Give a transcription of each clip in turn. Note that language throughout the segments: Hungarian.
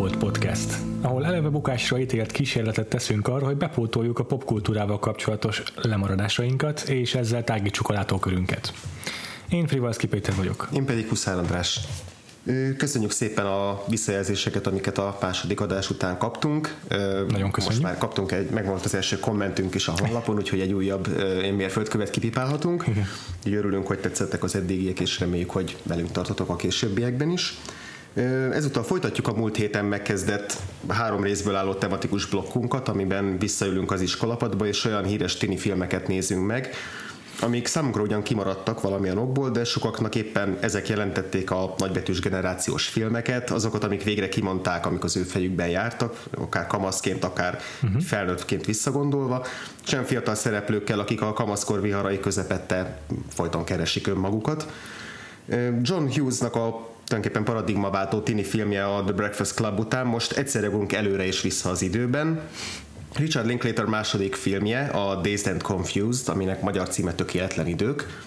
Belefolyt Podcast, ahol eleve bukásra ítélt kísérletet teszünk arra, hogy bepótoljuk a popkultúrával kapcsolatos lemaradásainkat, és ezzel tágítsuk a látókörünket. Én Frivalszki Péter vagyok. Én pedig Huszár András. Köszönjük szépen a visszajelzéseket, amiket a második adás után kaptunk. Nagyon köszönjük. Most már kaptunk megvolt az első kommentünk is a honlapon, úgyhogy egy újabb mérföldkövet kipipálhatunk. Így örülünk, hogy tetszettek az eddigiek, és reméljük, hogy velünk tartotok a későbbiekben is. Ezúttal folytatjuk a múlt héten megkezdett 3 részből álló tematikus blokkunkat, amiben visszaülünk az iskolapadba, és olyan híres tini filmeket nézünk meg, amik számunkra ugyan kimaradtak valamilyen okból, de sokaknak éppen ezek jelentették a nagybetűs generációs filmeket, azokat, amik végre kimondták, amik az ő fejükben jártak, akár kamaszként, akár felnőttként visszagondolva, sem fiatal szereplőkkel, akik a kamaszkor viharai közepette folyton keresik önmagukat. John Hughesnak a tulajdonképpen paradigmaváltó tini filmje a The Breakfast Club után most egyszerre ugrunk előre és vissza az időben. Richard Linklater második filmje, a Dazed and Confused, aminek magyar címe Tökéletlen idők,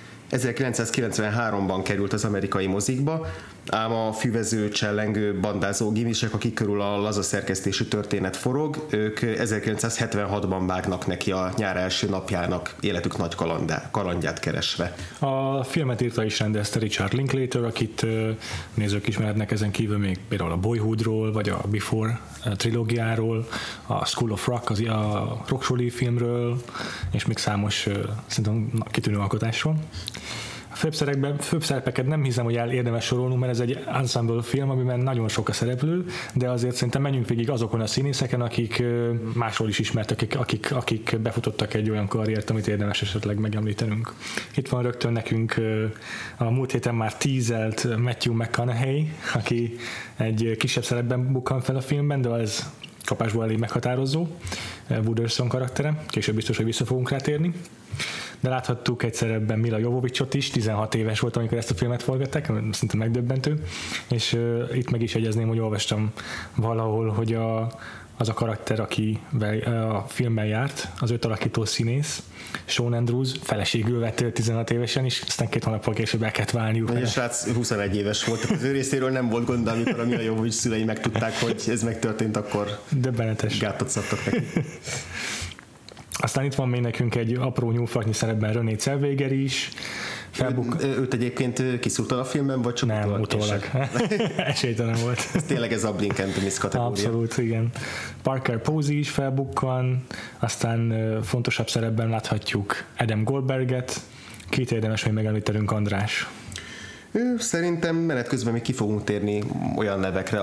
1993-ban került az amerikai mozikba, ám a füvező, csellengő, bandázó gimisek, akik körül a laza szerkesztésű történet forog, ők 1976-ban vágnak neki a nyár első napjának életük nagy kalandját keresve. A filmet írta és rendezte Richard Linklater, akit nézők ismerhetnek ezen kívül még például a Boyhoodról, vagy a Before trilógiáról, a School of Rock, a Rock filmről, és még számos szerintem kitűnő alkotásról. A főbb szerepeket nem hiszem, hogy érdemes sorolnunk, mert ez egy ensemble film, amiben nagyon sok a szereplő, de azért szerintem menjünk végig azokon a színészeken, akik másról is ismertek, akik befutottak egy olyan karriert, amit érdemes esetleg megemlítenünk. Itt van rögtön nekünk a múlt héten már tízelt Matthew McConaughey, aki egy kisebb szerepben bukkan fel a filmben, de ez kapásból elég meghatározó. Wooderson karaktere, később biztos, hogy vissza fogunk rátérni. De láthattuk egyszer ebben Mila Jovovicsot is, 16 éves volt, amikor ezt a filmet forgatták, szinte megdöbbentő, és itt meg is egyezném, hogy olvastam valahol, hogy az a karakter, aki a filmben járt, az őt alakító színész, Shawn Andrews feleségül vett 16 évesen is, aztán 2 hónappal később el kellett válniuk. A srác 21 éves volt, tehát az ő részéről nem volt gond, amikor a Mila Jovovics szülei megtudták, hogy ez megtörtént, akkor döbbenetes. Gátat szabtak neki. Aztán itt van még nekünk egy apró nyúlfraknyi szerepben René Zellweger is. Őt egyébként kiszúrtad a filmben, vagy csak nem, utólag. Esélytelen volt. Ez tényleg ez a Blink and Miss kategória. Abszolút, igen. Parker Posey is felbukkan, aztán fontosabb szerepben láthatjuk Adam Goldberget. Kit érdemes, hogy megemlítenünk, András? Szerintem menet közben még ki fogunk térni olyan nevekre,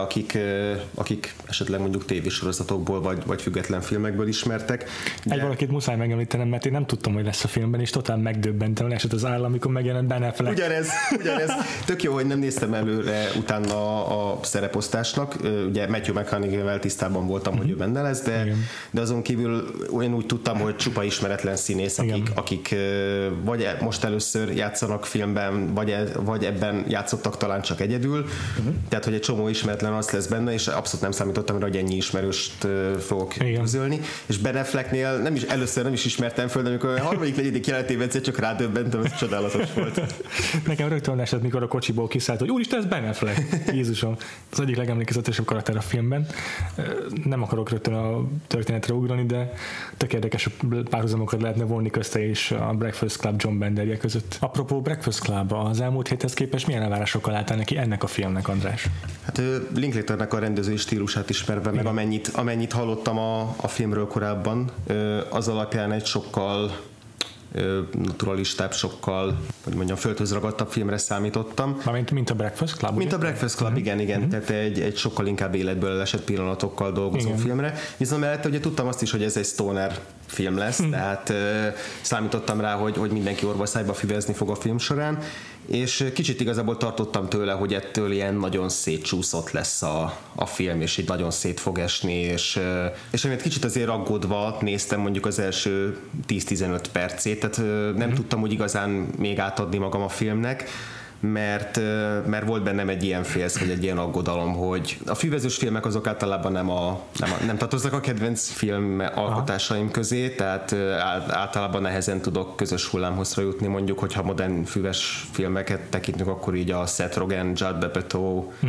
akik esetleg mondjuk tévésorozatokból vagy független filmekből ismertek. Egy valakit muszáj megemlítenem, mert én nem tudtam, hogy lesz a filmben, és totál megdöbbentem, esett az állam, amikor megjelent Ben Affleck. Ugyanez. Tök jó, hogy nem néztem előre utána a szereposztásnak. Ugye Matthew McConaughey-vel tisztában voltam, hogy ő benne lesz, de azon kívül én úgy tudtam, hogy csupa ismeretlen színész, akik vagy most először játszanak filmben, vagy ebben játszottak talán csak egyedül, tehát hogy egy csomó ismeretlen az lesz benne, és abszolút nem számítottam rá, hogy ennyi ismerőst fogok közölni, és Ben Afflecknél először nem is ismertem föl, de amikor a harmadik, negyedik jelenetében egyszer csak rádöbbentem, ez csodálatos volt. Nekem rögtön esett, mikor a kocsiból kiszállt, hogy úristen, ez Ben Affleck! Jézusom! Az egyik legemlékezetesebb karakter a filmben. Nem akarok rögtön a történetre ugrani, de tök érdekes párhuzamokat lehetne vonni közte és a Breakfast Club John Benderje között. Apropó Breakfast Club, az elmúlt héthez képest milyen elvárásokkal álltál neki ennek a filmnek, András? Hát Linklaternek a rendezői stílusát ismerve, meg amennyit hallottam a filmről korábban, az alapján egy sokkal naturalistább, sokkal, hogy mondjam, földhöz ragadtabb filmre számítottam. Mint a Breakfast Club? Mint a Breakfast Club, igen. Tehát egy sokkal inkább életből esett pillanatokkal dolgozó filmre. Viszont mellett ugye tudtam azt is, hogy ez egy stoner film lesz, tehát számítottam rá, hogy mindenki orvaszájba füvezni fog a film során, és kicsit igazából tartottam tőle, hogy ettől ilyen nagyon szétcsúszott lesz a film, és így nagyon szét fog esni, és amiért kicsit azért aggódva néztem mondjuk az első 10-15 percét, tehát nem tudtam úgy igazán még átadni magam a filmnek, mert volt bennem egy ilyen félsz, vagy egy ilyen aggodalom, hogy a füvezős filmek azok általában nem tartoznak a kedvenc film alkotásaim közé, tehát általában nehezen tudok közös hullámhozra jutni, mondjuk, hogyha modern füves filmeket tekintünk, akkor így a Seth Rogen, Judd Apatow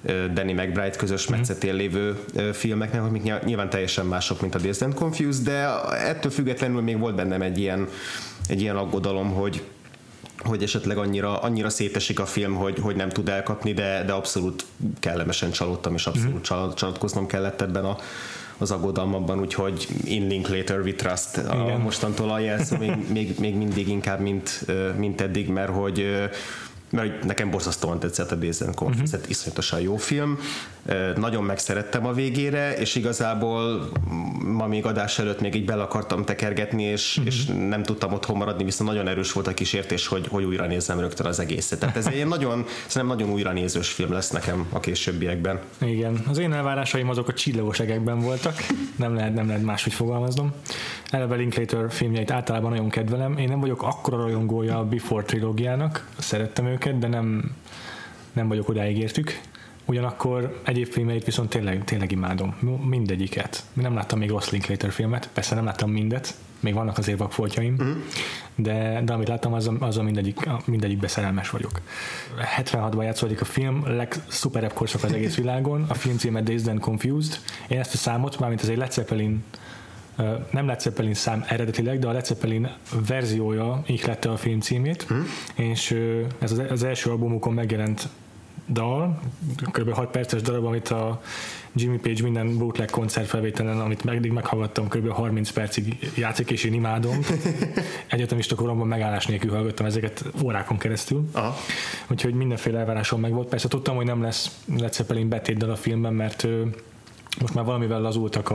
Danny McBride közös metszetén lévő filmeknek, amik nyilván teljesen mások, mint a Dazed and Confused, de ettől függetlenül még volt bennem egy ilyen aggodalom, hogy esetleg annyira szétesik a film, hogy nem tud elkapni, de abszolút kellemesen csalódtam, és abszolút csalódkoznom kellett ebben az aggodalmabban, úgyhogy in Linklater we trust mostantól a jelszó még mindig inkább, mint eddig, mert nekem borzasztóan tetszett a Dazed and Confused, iszonyatosan jó film, nagyon megszerettem a végére, és igazából ma még adás előtt még így bele akartam tekergetni, és nem tudtam otthon maradni, viszont nagyon erős volt a kísértés, hogy újra nézzem rögtön az egészet. Tehát ez egy nagyon újra nézős film lesz nekem a későbbiekben. Igen, az én elvárásaim azok a csillagos egekben voltak, nem lehet máshogy fogalmaznom. Eleve Linklater filmjeit általában nagyon kedvelem, én nem vagyok akkora rajongója a Before trilógiának, szerettem őket, de nem vagyok odáig értük. Ugyanakkor egyéb filmeit viszont tényleg imádom. Mindegyiket. Nem láttam még rossz Linklater filmet, persze nem láttam mindet, még vannak azért vakfoltjaim, de amit láttam, azon mindegyikben szerelmes vagyok. 76-ban játszódik a film, legszuperebb korszak az egész világon, a film címe Dazed and Confused. Én ezt a számot, mármint az egy Led Zeppelin, nem Led Zeppelin szám eredetileg, de a Led Zeppelin verziója ihlette a film címét, és ez az első albumukon megjelent dal, kb. 6 perces darab, amit a Jimmy Page minden bootleg koncertfelvételen, amit eddig meghallgattam, kb. 30 percig játszik, és én imádom. Egyetemista koromban megállás nélkül hallgattam ezeket órákon keresztül. Aha. Úgyhogy mindenféle elvárásom meg volt. Persze tudtam, hogy nem lesz Led Zeppelin betétdal a filmben, mert most már valamivel lazultak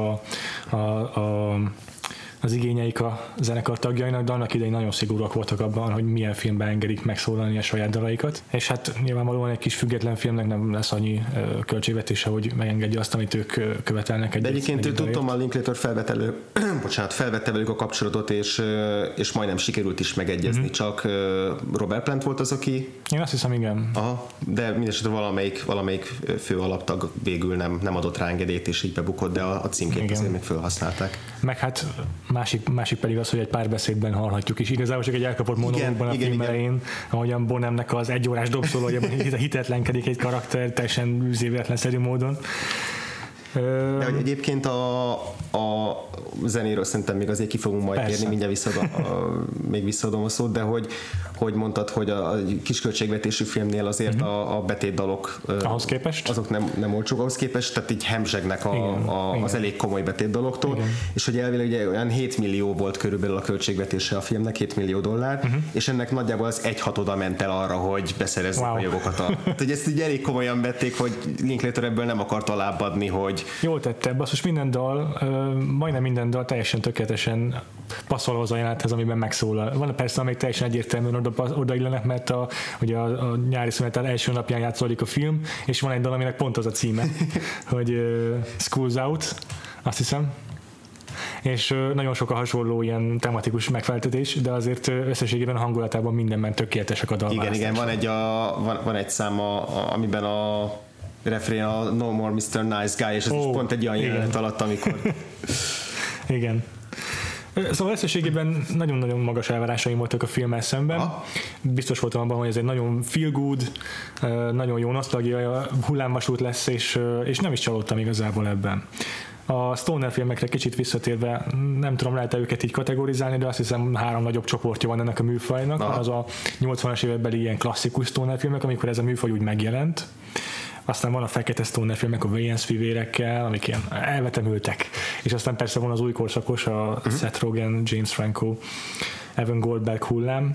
az igényeik a zenekar tagjainak, de annak idején nagyon szigorúak voltak abban, hogy milyen filmben engedik megszólalni a saját dalaikat. És hát nyilvánvalóan egy kis független filmnek nem lesz annyi költségvetése, hogy megengedje azt, amit ők követelnek. De egyébként tudtam, a Linklater felvette velük a kapcsolatot, és majdnem sikerült is megegyezni, csak Robert Plant volt az, aki... Én azt hiszem, igen. Aha, de mindesetre valamelyik fő alaptag végül nem adott rá engedélyt, és így bebukott, de a címkét azért még felhasználták. Meg hát másik pedig az, hogy egy párbeszédben hallhatjuk is. Igazából csak egy elkapott monológban a film elején, ahogyan Bonhamnek az egyórás dobszólójában hitetlenkedik egy karakter teljesen zévetlenszerű módon. De hogy egyébként a zenéről szerintem még azért ki fogunk majd térni, mindjárt visszaadom a szót, de hogy mondtad, hogy a kisköltségvetésű filmnél azért a betétdalok ahhoz képest? Azok nem olcsók ahhoz képest, tehát így hemzsegnek az elég komoly betétdaloktól, és hogy elvileg ugye olyan 7 millió volt körülbelül a költségvetése a filmnek, 7 millió dollár, és ennek nagyjából az 1/6 ment el arra, hogy beszerezzék a jogokat. Tehát ezt így elég komolyan vették, hogy Linklater ebből nem akart alábbadni, hogy jól tette, basszus, minden dal, majdnem minden dal teljesen tökéletesen passzol hozzá a jelenethez, amiben megszólal. Van persze, amelyik teljesen egyértelműen odaillenek, mert ugye a nyári szünetel első napján játszódik a film, és van egy dal, aminek pont az a címe, hogy School's Out, azt hiszem. És nagyon sok a hasonló ilyen tematikus megfeltetés, de azért összességében a hangulatában mindenben tökéletesek a dalválasztások. Igen, van egy szám, amiben a refrén a No More Mr. Nice Guy, és ez is pont egy olyan jelenet alatt, amikor... Igen. Szóval összességében nagyon-nagyon magas elvárásaim voltak a filmmel szemben. Biztos voltam abban, hogy ez egy nagyon feel good, nagyon jó nosztalgia hullámvasút lesz, és nem is csalódtam igazából ebben. A stoner filmekre kicsit visszatérve, nem tudom, lehet-e őket így kategorizálni, de azt hiszem 3 nagyobb csoportja van ennek a műfajnak. Az a 80-as évekbeli ilyen klasszikus stoner filmek, amikor ez a műfaj úgy megjelent. Aztán van a fekete stoner filmek a Wayans fivérekkel, amik ilyen elvetemültek. És aztán persze van az új korszakos, a Seth Rogen, James Franco, Evan Goldberg hullám.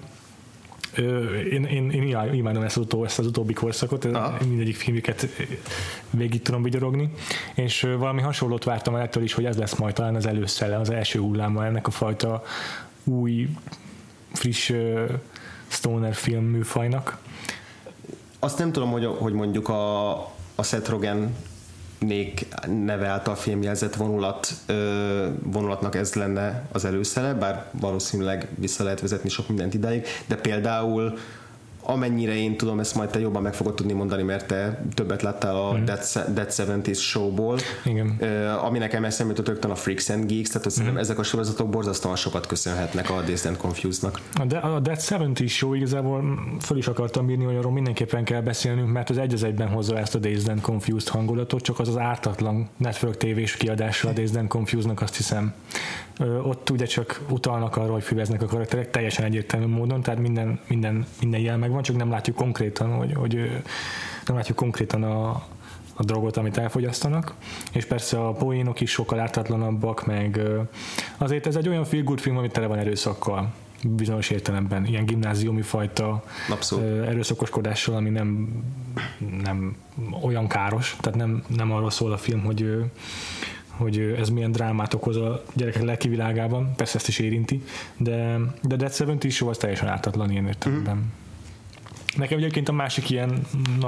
Én imádom ezt az utóbbi korszakot, mindegyik filmüket végig tudom vigyorogni, és valami hasonlót vártam ettől is, hogy ez lesz majd talán az előszele, az első hulláma ennek a fajta új, friss stoner film műfajnak. Azt nem tudom, hogy mondjuk a Seth Rogen neve által filmjelzett vonulatnak ez lenne az előszele, bár valószínűleg vissza lehet vezetni sok mindent idáig, de például amennyire én tudom, ezt majd te jobban meg fogod tudni mondani, mert te többet láttál a Dead 70's showból, ami nekem eszembe jutott rögtön a Freaks and Geeks, tehát szerintem ezek a sorozatok borzasztóan sokat köszönhetnek a Dazed and Confused-nak. A Dead 70's show igazából fel is akartam írni, hogy arról mindenképpen kell beszélnünk, mert az egy az egyben hozza ezt a Dazed and Confused hangulatot, csak az ártatlan Network TV-s kiadása a Dazed and Confused-nak, azt hiszem. Ott ugye csak utalnak arra, hogy füveznek a karakterek teljesen egyértelmű módon, tehát minden jel megvan, csak nem látjuk konkrétan, hogy nem látjuk konkrétan a drogot, amit elfogyasztanak, és persze a poénok is sokkal ártatlanabbak, meg azért ez egy olyan feel good film, ami tele van erőszakkal, bizonyos értelemben, ilyen gimnáziumi fajta erőszakoskodással, ami nem olyan káros, tehát nem arról szól a film, hogy ez milyen drámát okoz a gyerekek lelki világában, persze ezt is érinti, de Dead 70's show az teljesen ártatlan ilyen értelemben. Nekem egyébként a másik ilyen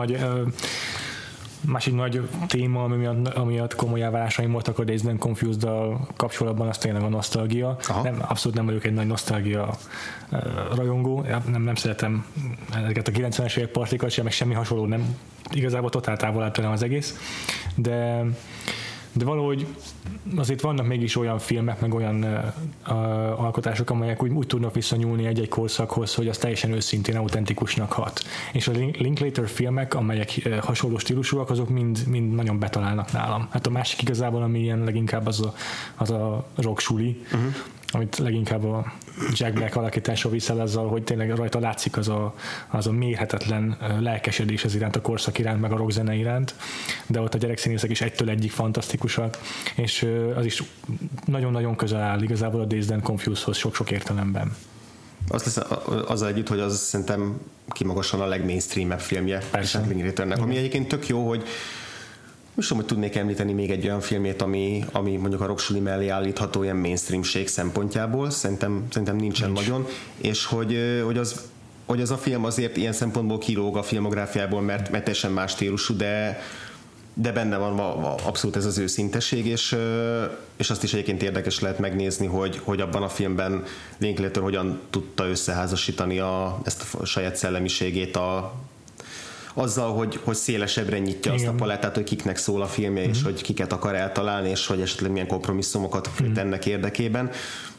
nagy téma, amiatt komoly elvárásaim voltak a Dazed and Confused-dal kapcsolatban, az tényleg a nosztalgia. Abszolút nem vagyok egy nagy nosztalgia rajongó, nem szeretem ezeket a 90-es évek partikat sem, meg semmi hasonló, nem, igazából totál távol áll tőlem az egész, de valahogy azért vannak mégis olyan filmek, meg olyan alkotások, amelyek úgy tudnak visszanyúlni egy-egy korszakhoz, hogy az teljesen őszintén, autentikusnak hat. És a Linklater filmek, amelyek hasonló stílusúak, azok mind nagyon betalálnak nálam. Hát a másik igazából, ami ilyen leginkább az a rock suli, amit leginkább a Jack Black alakítása viszel azzal, hogy tényleg rajta látszik az a mérhetetlen lelkesedés az iránt, a korszak iránt, meg a rockzene iránt, de ott a gyerekszínészek is egytől egyig fantasztikusak, és az is nagyon-nagyon közel áll igazából a Dazed and Confused-hoz sok-sok értelemben. Azzal együtt, hogy az szerintem kimagasan a legmainstreamebb filmje Linklaternek, ami egyébként tök jó, hogy most tudom, hogy tudnék említeni még egy olyan filmét, ami mondjuk a rocksuli mellé állítható ilyen mainstreamség szempontjából, szerintem nincsen nagyon, és hogy az a film azért ilyen szempontból kilóg a filmográfiából, mert teljesen más stílusú, de benne van abszolút ez az őszintesség, és azt is egyébként érdekes lehet megnézni, hogy abban a filmben Linklater hogyan tudta összeházasítani ezt a saját szellemiségét azzal, hogy szélesebbre nyitja azt a palettát, hogy kiknek szól a filmje, és hogy kiket akar eltalálni, és hogy esetleg milyen kompromisszumokat köt ennek érdekében.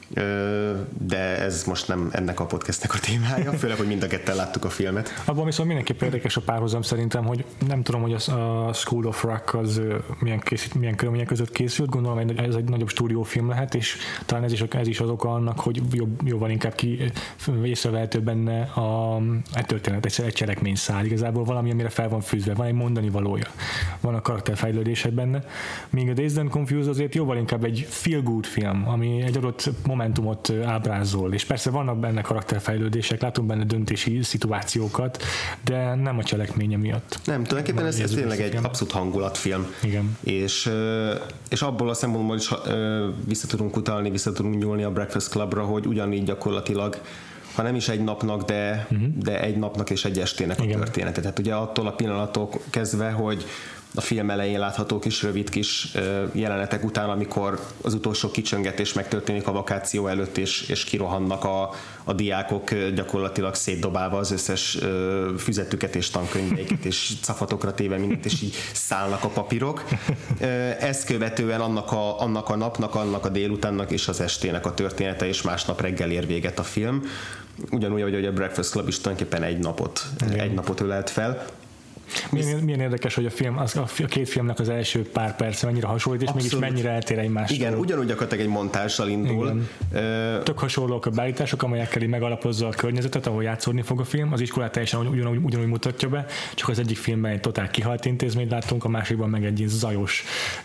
De ez most nem ennek a podcastnek a témája, főleg, hogy mind a ketten láttuk a filmet. Abban viszont mindenképp érdekes a párhuzam szerintem, hogy nem tudom, hogy a School of Rock az milyen körülmények között készült, gondolom, hogy ez egy nagyobb stúdiófilm lehet, és talán ez is az oka annak, hogy jóval inkább észrevehető benne egy történet, egy cselekményszál, igazából valami, amire fel van fűzve, van egy mondani valója, van a karakterfejlődésed benne, míg a Dazed and Confused azért jóval inkább egy feel good film, ami egy adott momentumot ábrázol, és persze vannak benne karakterfejlődések, látunk benne döntési szituációkat, de nem a cselekménye miatt. Nem, tulajdonképpen ez tényleg egy abszolút hangulatfilm. Igen. És abból a szempontból is vissza tudunk nyúlni a Breakfast Clubra, hogy ugyanígy gyakorlatilag, ha nem is egy napnak, de egy napnak és egy estének a története. Tehát ugye attól a pillanattól kezdve, hogy a film elején látható rövid kis jelenetek után, amikor az utolsó kicsöngetés megtörténik a vakáció előtt, és kirohannak a diákok gyakorlatilag szétdobálva az összes füzetüket és tankönyveiket, és cafatokra téve mindent, és így szállnak a papírok. Ezt követően annak a napnak, annak a délutánnak és az estének a története, és másnap reggel ér véget a film. Ugyanúgy, hogy a Breakfast Club is tulajdonképpen egy napot ölelt fel. Milyen érdekes, hogy a két filmnek az első pár perce mennyire hasonlít, és mégis mennyire eltér egymástól. Igen, ugyanúgy gyakorlatilag egy montással indul. Tök hasonlók a beállítások, amelyekkel így megalapozza a környezetet, ahol játszódni fog a film. Az iskolát teljesen ugyanúgy mutatja be, csak az egyik filmben egy totál kihalt intézményt láttunk, a másikban meg egy zajos,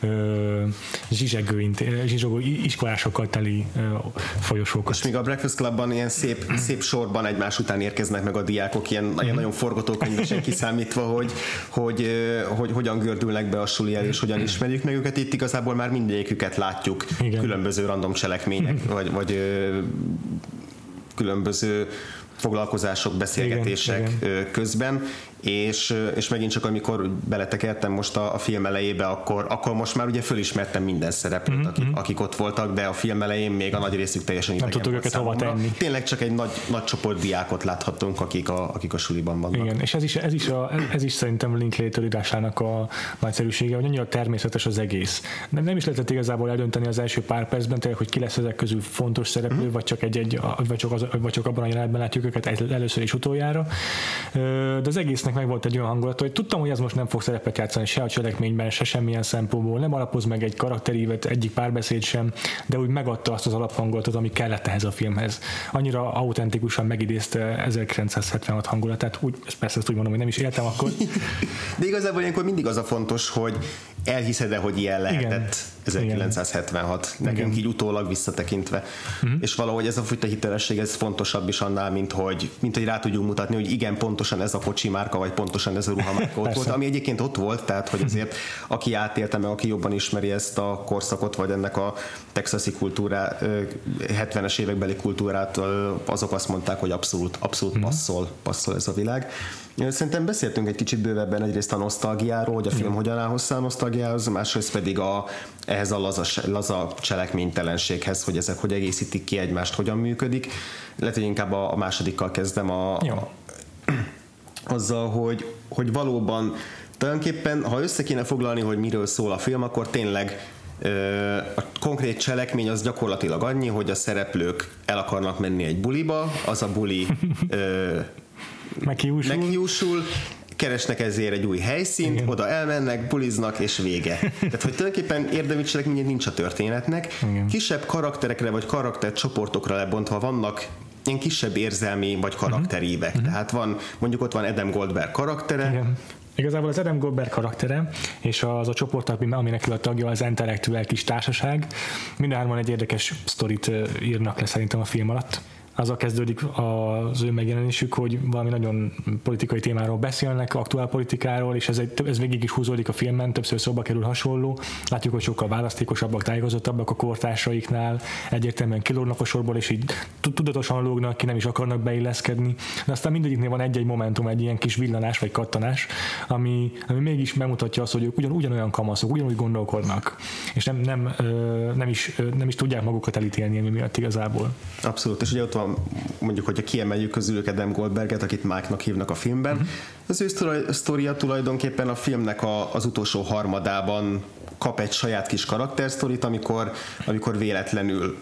zsizsegő iskolásokkal teli folyosókat. És még a Breakfast Clubban ilyen szép sorban egymás után érkeznek meg a diákok, ilyen nagyon forgatókönyvesen kiszámítva, hogy hogyan gördülnek be a suliel, és hogyan ismerjük meg őket. Itt igazából már mindegyiküket látjuk. Igen. Különböző random cselekmények, vagy különböző foglalkozások, beszélgetések közben, és megint csak amikor beletekertem most a film elejébe, akkor most már ugye fölismertem minden szereplőt, akik ott voltak, de a film elején még a nagy részük teljesen idegen nem tudtuk őket hova tenni. Tényleg csak egy nagy csoport diákot láthattunk, akik a suliban vannak. Igen, és ez is szerintem Linklater írásának a nagyszerűsége, hogy annyira természetes az egész. Nem is lehetett igazából eldönteni az első pár percben, tényleg, hogy ki lesz ezek közül fontos szereplő, vagy csak abban a jelenetben látjuk őket először és utoljára. De az egésznek meg volt egy olyan hangulat, hogy tudtam, hogy ez most nem fog szerepet játszani se a cselekményben, se semmilyen szempontból, nem alapoz meg egy karakterívet, egyik párbeszéd sem, de úgy megadta azt az alaphangulatot, ami kellett ehhez a filmhez. Annyira autentikusan megidézte 1976 hangulatát, persze ezt úgy mondom, hogy nem is éltem akkor. De igazából ilyenkor mindig az a fontos, hogy elhiszed-e, hogy ilyen lehetett 1976, nekünk így utólag visszatekintve. És valahogy ez a fajta hitelesség, ez fontosabb is annál, mint hogy rá tudjunk mutatni, hogy igen, pontosan ez a kocsi márka, vagy pontosan ez a ruhamárka ott volt, ami egyébként ott volt, tehát hogy azért aki átélte meg, aki jobban ismeri ezt a korszakot, vagy ennek a texasi kultúrát, 70-es évekbeli kultúrát, azok azt mondták, hogy abszolút passzol ez a világ. Szerintem beszéltünk egy kicsit bővebben egyrészt a nosztalgiáról, hogy a film hogyan áll hozzá a nosztalgiához, másrészt pedig ehhez a laza cselekménytelenséghez, hogy ezek hogy egészítik ki egymást, hogyan működik. Lehet, hogy inkább a másodikkal kezdem azzal, hogy valóban tulajdonképpen, ha össze kéne foglalni, hogy miről szól a film, akkor tényleg a konkrét cselekmény az gyakorlatilag annyi, hogy a szereplők el akarnak menni egy buliba, az a buli meghiúsul, keresnek ezért egy új helyszínt, igen. Oda elmennek, buliznak, és vége. Tehát, hogy tulajdonképpen érdemi cselekménye nincs a történetnek. Igen. Kisebb karakterekre vagy karaktercsoportokra lebontva vannak ilyen kisebb érzelmi vagy karakterívek. Tehát mondjuk ott van Adam Goldberg karaktere, igen. Igazából az Adam Goldberg karaktere, és az a csoport, aminek ő a tagja, az intellektuál kis társaság, mindhárman egy érdekes sztorit írnak le szerintem a film alatt. Azzal kezdődik az ő megjelenésük, hogy valami nagyon politikai témáról beszélnek, aktuál politikáról, és ez végig is húzódik a filmen, többször szóba kerül hasonló. Látjuk, hogy sokkal választékosabbak, tájékozottabbak a kortársaiknál, egyértelműen kilógnak a sorból, és így tudatosan lógnak ki, nem is akarnak beilleszkedni. De aztán mindegyiknél van egy momentum, egy ilyen kis villanás vagy kattanás, ami mégis megmutatja azt, hogy ők ugyanolyan kamaszok, ugyanúgy gondolkodnak, és nem is tudják magukat elítélni emi miatt igazából. Abszolút, és ugye ott van mondjuk, hogyha kiemeljük közülük Adam Goldberget, akit Mike-nak hívnak a filmben. Az ő sztoria tulajdonképpen a filmnek az utolsó harmadában kap egy saját kis karaktersztorit, amikor véletlenül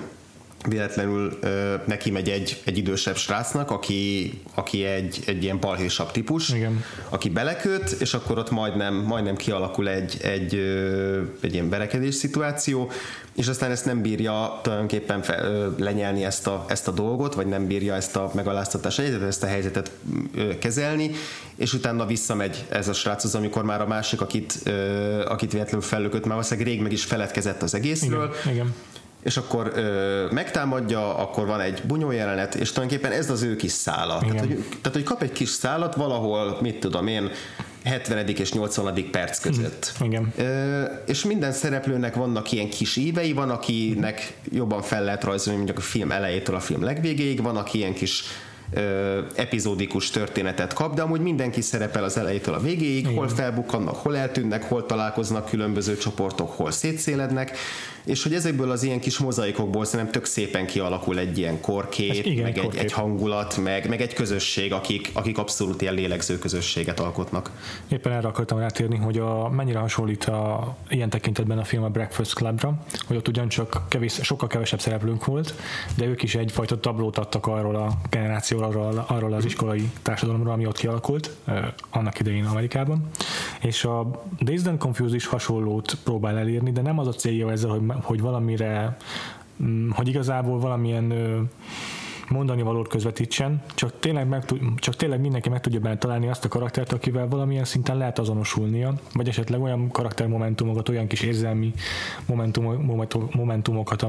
neki megy egy idősebb srácnak, aki egy ilyen balhésabb típus, igen. Aki beleköt, és akkor ott majdnem kialakul egy ilyen verekedés szituáció, és aztán ezt nem bírja tulajdonképpen lenyelni ezt a dolgot, vagy nem bírja ezt a megaláztatás egyetet, ezt a helyzetet kezelni, és utána visszamegy ez a sráchoz, amikor már a másik, akit véletlenül fellökött, már valószínűleg rég meg is feledkezett az egészről. Igen. És akkor megtámadja, akkor van egy bunyó jelenet, és tulajdonképpen ez az ő kis szála. Tehát, hogy kap egy kis szálat valahol, mit tudom én, 70. és 80. perc között. Igen. És minden szereplőnek vannak ilyen kis ívei, van, akinek jobban fel lehet rajzolni, mondjuk a film elejétől a film legvégéig, van, aki ilyen kis epizódikus történetet kap, de amúgy mindenki szerepel az elejétől a végéig, igen. Hol felbukkannak, hol eltűnnek, hol találkoznak különböző csoportok, hol szétszélednek, és hogy ezekből az ilyen kis mozaikokból szerintem tök szépen kialakul egy ilyen korkép, igen, meg egy hangulat, meg egy közösség, akik abszolút ilyen lélegző közösséget alkotnak. Éppen erre akartam rátérni, hogy mennyire hasonlít ilyen tekintetben a film a Breakfast Clubra, hogy ott ugyancsak sokkal kevesebb szereplőnk volt, de ők is egyfajta tablót adtak arról a generációról, arról az iskolai társadalomról, ami ott kialakult annak idején Amerikában. És a Dazed and Confused is hasonlót próbál elérni, de nem az a célja ezzel, hogy valamire, hogy igazából valamilyen mondani valót közvetítsen, csak tényleg mindenki meg tudja benne találni azt a karaktert, akivel valamilyen szinten lehet azonosulnia, vagy esetleg olyan karaktermomentumokat, olyan kis érzelmi momentumokat,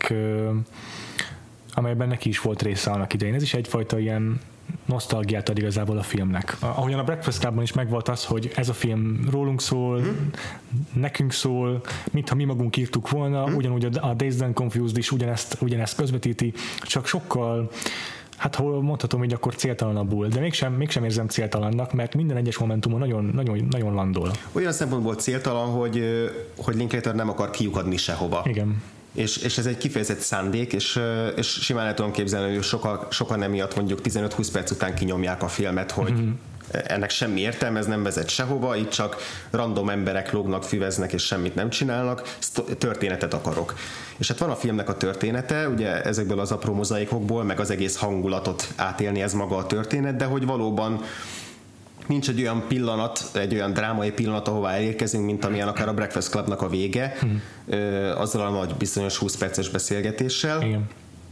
amelyben neki is volt része annak idején. Ez is egyfajta ilyen nosztalgiát ad igazából a filmnek. Ahogyan a Breakfast Clubban is megvolt az, hogy ez a film rólunk szól, nekünk szól, mintha mi magunk írtuk volna, ugyanúgy a Dazed and Confused is ugyanezt közvetíti, csak sokkal hát hol mondhatom, hogy akkor céltalanabbul, de mégsem érzem céltalannak, mert minden egyes momentumon nagyon landol. Olyan szempontból céltalan, hogy Linklater nem akar kiukadni sehova. Igen. És ez egy kifejezett szándék, és simán el tudom képzelni, hogy sokan emiatt mondjuk 15-20 perc után kinyomják a filmet, hogy ennek semmi értelme, ez nem vezet sehova, itt csak random emberek lógnak, füveznek és semmit nem csinálnak, történetet akarok. És hát van a filmnek a története, ugye ezekből az apró mozaikokból, meg az egész hangulatot átélni ez maga a történet, de hogy valóban nincs egy olyan pillanat, egy olyan drámai pillanat, ahová elérkezünk, mint amilyen akár a Breakfast Clubnak a vége, azzal a nagy bizonyos 20 perces beszélgetéssel. Igen.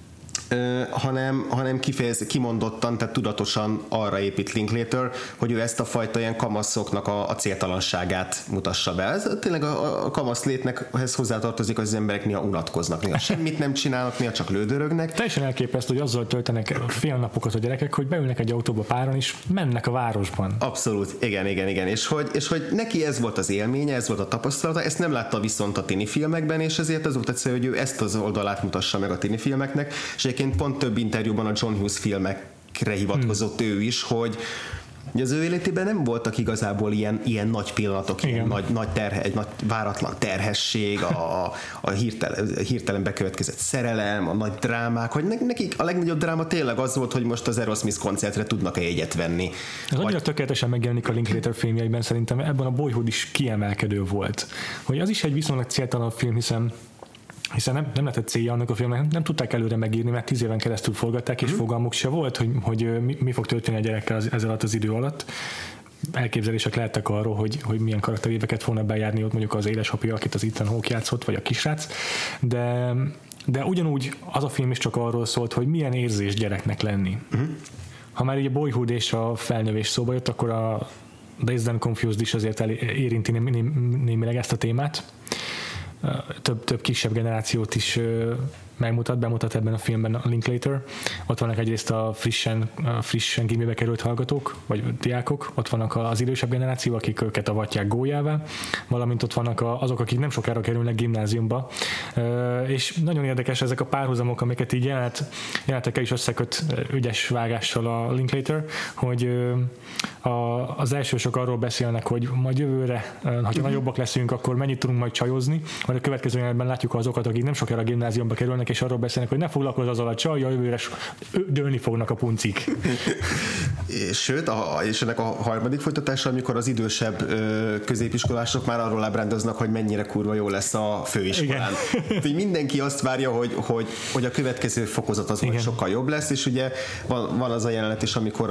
Hanem kimondottan, tehát tudatosan arra épít Linklater, hogy ő ezt a fajta ilyen kamaszoknak a céltalanságát mutassa be. Ez tényleg a kamasz létnek hozzátartozik, az emberek néha unatkoznak, néha semmit nem csinálnak, néha csak lődörögnek. Teljesen elképesztő, hogy azzal töltenek fél napokat a gyerekek, hogy beülnek egy autóba páran, és mennek a városban. Abszolút, igen. És hogy neki ez volt az élménye, ez volt a tapasztalata, ezt nem látta viszont a tini filmekben, és ezért az volt egyszerű, hogy ő ezt az oldalát mutassa meg a tini filmeknek, és egyébként pont több interjúban a John Hughes filmekre hivatkozott ő is, hogy az ő életében nem voltak igazából ilyen nagy pillanatok, ilyen egy nagy váratlan terhesség, a hirtelen bekövetkezett szerelem, a nagy drámák, hogy nekik a legnagyobb dráma tényleg az volt, hogy most az Aerosmith koncertre tudnak-e jegyet venni. Ez annyira tökéletesen megjelenik a Linklater filmjeiben, szerintem ebben a Boyhood is kiemelkedő volt. Hogy az is egy viszonylag céltalan film, hiszen nem lehetett célja annak a filmnek, nem tudták előre megírni, mert 10 éven keresztül forgatták, és fogalmuk se volt, hogy mi fog történni a gyerekkel ez alatt az idő alatt. Elképzelések lehettek arról, hogy milyen karakteréveket fognak bejárni ott mondjuk az édesapja, akit az Ethan Hawke játszott, vagy a kisrác, de ugyanúgy az a film is csak arról szólt, hogy milyen érzés gyereknek lenni. Ha már így a Boyhood és a felnövés szóba jött, akkor a Dazed and Confused is azért érinti némileg ezt a témát. Több kisebb generációt is bemutat ebben a filmben a Linklater. Ott vannak egyrészt a frissen gimibe került hallgatók, vagy diákok, ott vannak az idősebb generáció, akik őket avatják gólyává, valamint ott vannak azok, akik nem sokára kerülnek gimnáziumba. És nagyon érdekes ezek a párhuzamok, amiket így jelenetekkel is összeköt ügyes vágással a Linklater, hogy az elsősök arról beszélnek, hogy majd jövőre, ha nagyobbak leszünk, akkor mennyit tudunk majd csajozni, majd a következő jelenetben látjuk azokat, akik nem sokára gimnáziumba kerülnek, és arról beszélnek, hogy ne foglalkozz azzal a csajjal, jövőre dőlni fognak a puncik. Sőt, és ennek a harmadik folytatása, amikor az idősebb középiskolások már arról ábrándoznak, hogy mennyire kurva jó lesz a főiskolán. Így mindenki azt várja, hogy a következő fokozat az majd sokkal jobb lesz, és ugye van az a jelenet is, amikor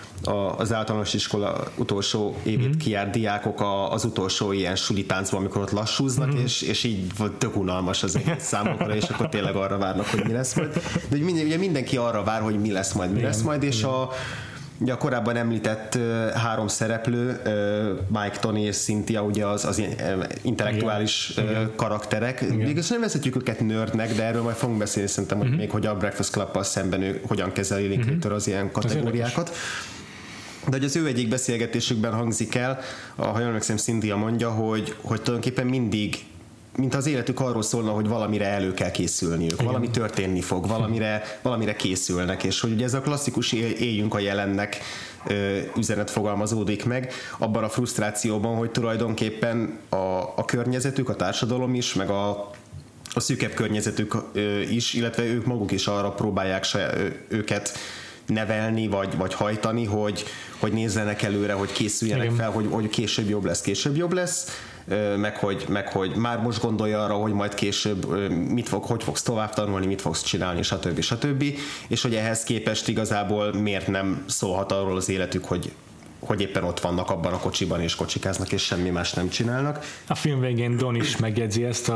az általános iskola utolsó évét kijárt diákok az utolsó ilyen sulitáncban, amikor ott lassúznak, és így tök unalmas az egész számokra, és akkor tényleg arra várnak, hogy mi lesz majd. De ugye mindenki arra vár, hogy mi lesz majd, és ugye a korábban említett 3 szereplő, Mike, Tony és Cynthia, ugye az intellektuális karakterek. Végülis nem vezetjük őket nerdnek, de erről majd fogunk beszélni szerintem, hogy még hogy a Breakfast Clubbal szemben ő hogyan kezeli Linklater az ilyen kategóriákat. De hogy az ő egyik beszélgetésükben hangzik el, ha jól emlékszem, Cynthia mondja, hogy tulajdonképpen mindig, mint az életük arról szólna, hogy valamire elő kell készülniük, valami történni fog, valamire készülnek, és hogy ugye ez a klasszikus éljünk a jelennek üzenet fogalmazódik meg, abban a frusztrációban, hogy tulajdonképpen a környezetük, a társadalom is, meg a szűkebb környezetük is, illetve ők maguk is arra próbálják őket nevelni, vagy hajtani, hogy nézzenek előre, hogy készüljenek fel, hogy később jobb lesz, meg hogy már most gondolja arra, hogy majd később hogy fogsz tovább tanulni, mit fogsz csinálni, stb. És hogy ehhez képest igazából miért nem szólhat arról az életük, hogy éppen ott vannak abban a kocsiban és kocsikáznak, és semmi más nem csinálnak. A film végén Don is megjegyzi ezt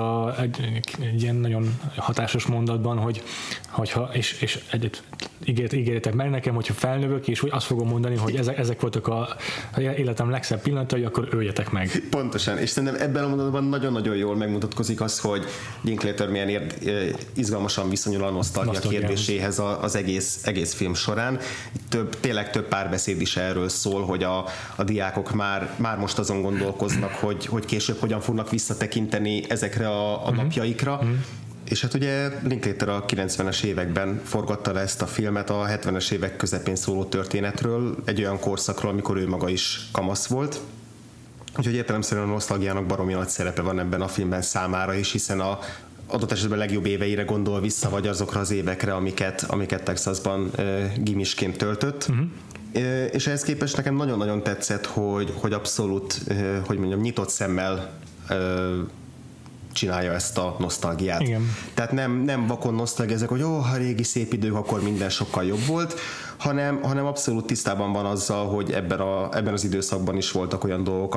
egy ilyen nagyon hatásos mondatban, hogyha és ígérjetek meg nekem, hogyha felnövök, és azt fogom mondani, hogy ezek voltak a életem legszebb pillanatai, akkor öljetek meg. Pontosan, és szerintem ebben a mondatban nagyon-nagyon jól megmutatkozik az, hogy Linklater milyen izgalmasan viszonyul a nosztalgia kérdéséhez az egész film során. Tényleg több párbeszéd is erről szól, hogy a diákok már most azon gondolkoznak, hogy később hogyan fognak visszatekinteni ezekre a napjaikra, És hát ugye Linklater a 90-es években forgatta le ezt a filmet a 70-es évek közepén szóló történetről, egy olyan korszakról, amikor ő maga is kamasz volt. Úgyhogy értelemszerűen a nosztalgiának baromi nagy szerepe van ebben a filmben számára is, hiszen a adott esetben legjobb éveire gondol vissza, vagy azokra az évekre, amiket Texasban gimisként töltött. És ehhez képest nekem nagyon-nagyon tetszett, hogy abszolút, hogy mondjam, nyitott szemmel csinálja ezt a nosztalgiát. Igen. Tehát nem vakon nosztalgiázek, hogy a régi szép idők, akkor minden sokkal jobb volt, hanem abszolút tisztában van azzal, hogy ebben az időszakban is voltak olyan dolgok,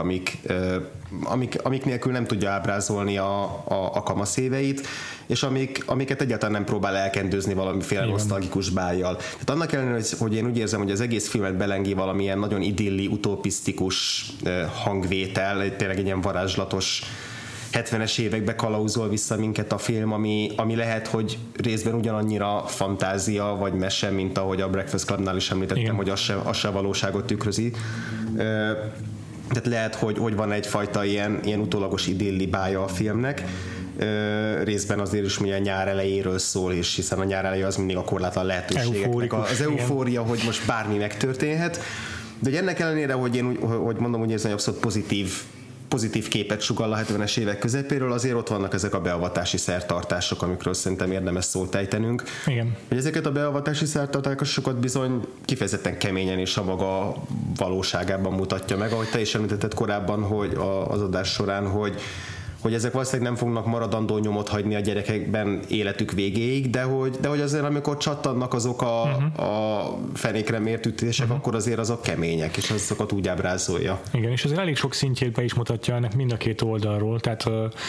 amik nélkül nem tudja ábrázolni a kamasz éveit, és amiket egyáltalán nem próbál elkendőzni valamiféle nosztalgikus bájjal. Tehát annak ellenére, hogy én úgy érzem, hogy az egész filmet belengi valamilyen nagyon idilli, utopisztikus hangvétel, tényleg egy ilyen varázslatos 70-es évekbe kalauzol vissza minket a film, ami lehet, hogy részben ugyanannyira fantázia vagy mese, mint ahogy a Breakfast Clubnál is említettem, igen, hogy az se valóságot tükrözi. Tehát lehet, hogy van egyfajta ilyen utólagos idillibája a filmnek. Részben azért is a nyár elejéről szól, és hiszen a nyár eleje az mindig a korlátlan lehetőségeknek az eufória, hogy most bármi megtörténhet. De hogy ennek ellenére, hogy én hogy mondom, hogy ez egy abszolút pozitív képet sugall a 70-es évek közepéről, azért ott vannak ezek a beavatási szertartások, amikről szerintem érdemes szót ejtenünk. Igen. Hogy ezeket a beavatási szertartásokat bizony kifejezetten keményen és a maga valóságában mutatja meg, ahogy te is említetted korábban, hogy az adás során, hogy ezek valószínűleg nem fognak maradandó nyomot hagyni a gyerekekben életük végéig, de hogy azért amikor csattannak azok a fenékre mért ütések, akkor azért azok kemények, és azokat úgy ábrázolja. Igen, és azért elég sok szintjét be is mutatja ennek mind a két oldalról, tehát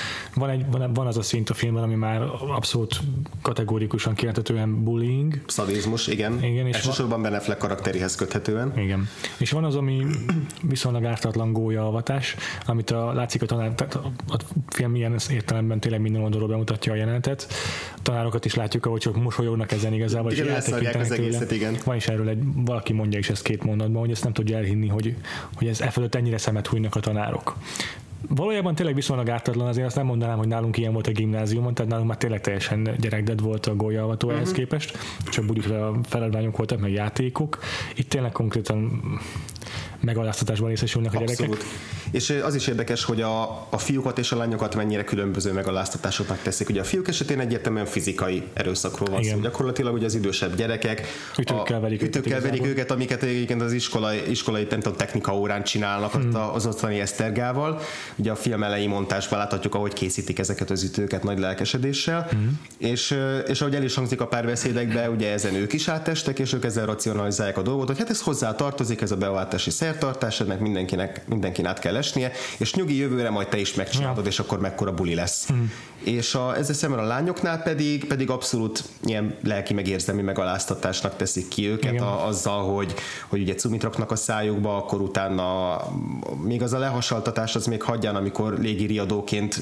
van az a szint a filmben, ami már abszolút kategórikusan kijelenthetően bullying. Szadizmus, igen. Elsősorban Ben Affleck karakteréhez köthetően. Igen. És van az, ami viszonylag ártatlan gólyaavatés, amit látszik a tanár, a film ilyen értelemben tényleg minden oldalról bemutatja a jelenetet. A tanárokat is látjuk, ahogy csak mosolyognak ezen igazából, igen, és eltekintenek egészet, igen. Van is erről valaki mondja is ezt 2 mondatban, hogy ezt nem tudja elhinni, hogy ez fölött ennyire szemet hújnak a tanárok. Valójában tényleg viszonylag ártatlan, azért azt nem mondanám, hogy nálunk ilyen volt a gimnáziumon, tehát nálunk már tényleg teljesen gyerekded volt a gólyavató ehhez képest, csak budikra feladványok voltak, meg játékok. Itt tényleg konkrétan megaláztatásban részesülnek a gyerekek. Abszolút. És az is érdekes, hogy a fiúkat és a lányokat mennyire különböző megaláztatásoknak teszik. Ugye a fiúk esetén egyértelműen fizikai erőszakról van szó. Gyakorlatilag ugye az idősebb gyerekek ütőkkel verik őket, amiket egyébként az iskolai technika órán csinálnak az ottani esztergával. Ugye a film elejé montásban láthatjuk, ahogy készítik ezeket az ütőket nagy lelkesedéssel. És ahogy el is hangzik a párbeszédekbe, ugye ezen ők is átestek, és ők ezzel racionalizálják a dolgot, hogy hát ez hozzá tartozik, ez a beavatási szertartás, ennek mindenkin át kell esnie, és nyugi, jövőre majd te is megcsinálod, és akkor mekkora buli lesz. És ezzel szemben a lányoknál pedig abszolút ilyen lelki megérzelmi megaláztatásnak teszik ki őket azzal, hogy ugye cumit raknak a szájukba, akkor utána még az a lehasaltatás az még hagyján, amikor légiriadóként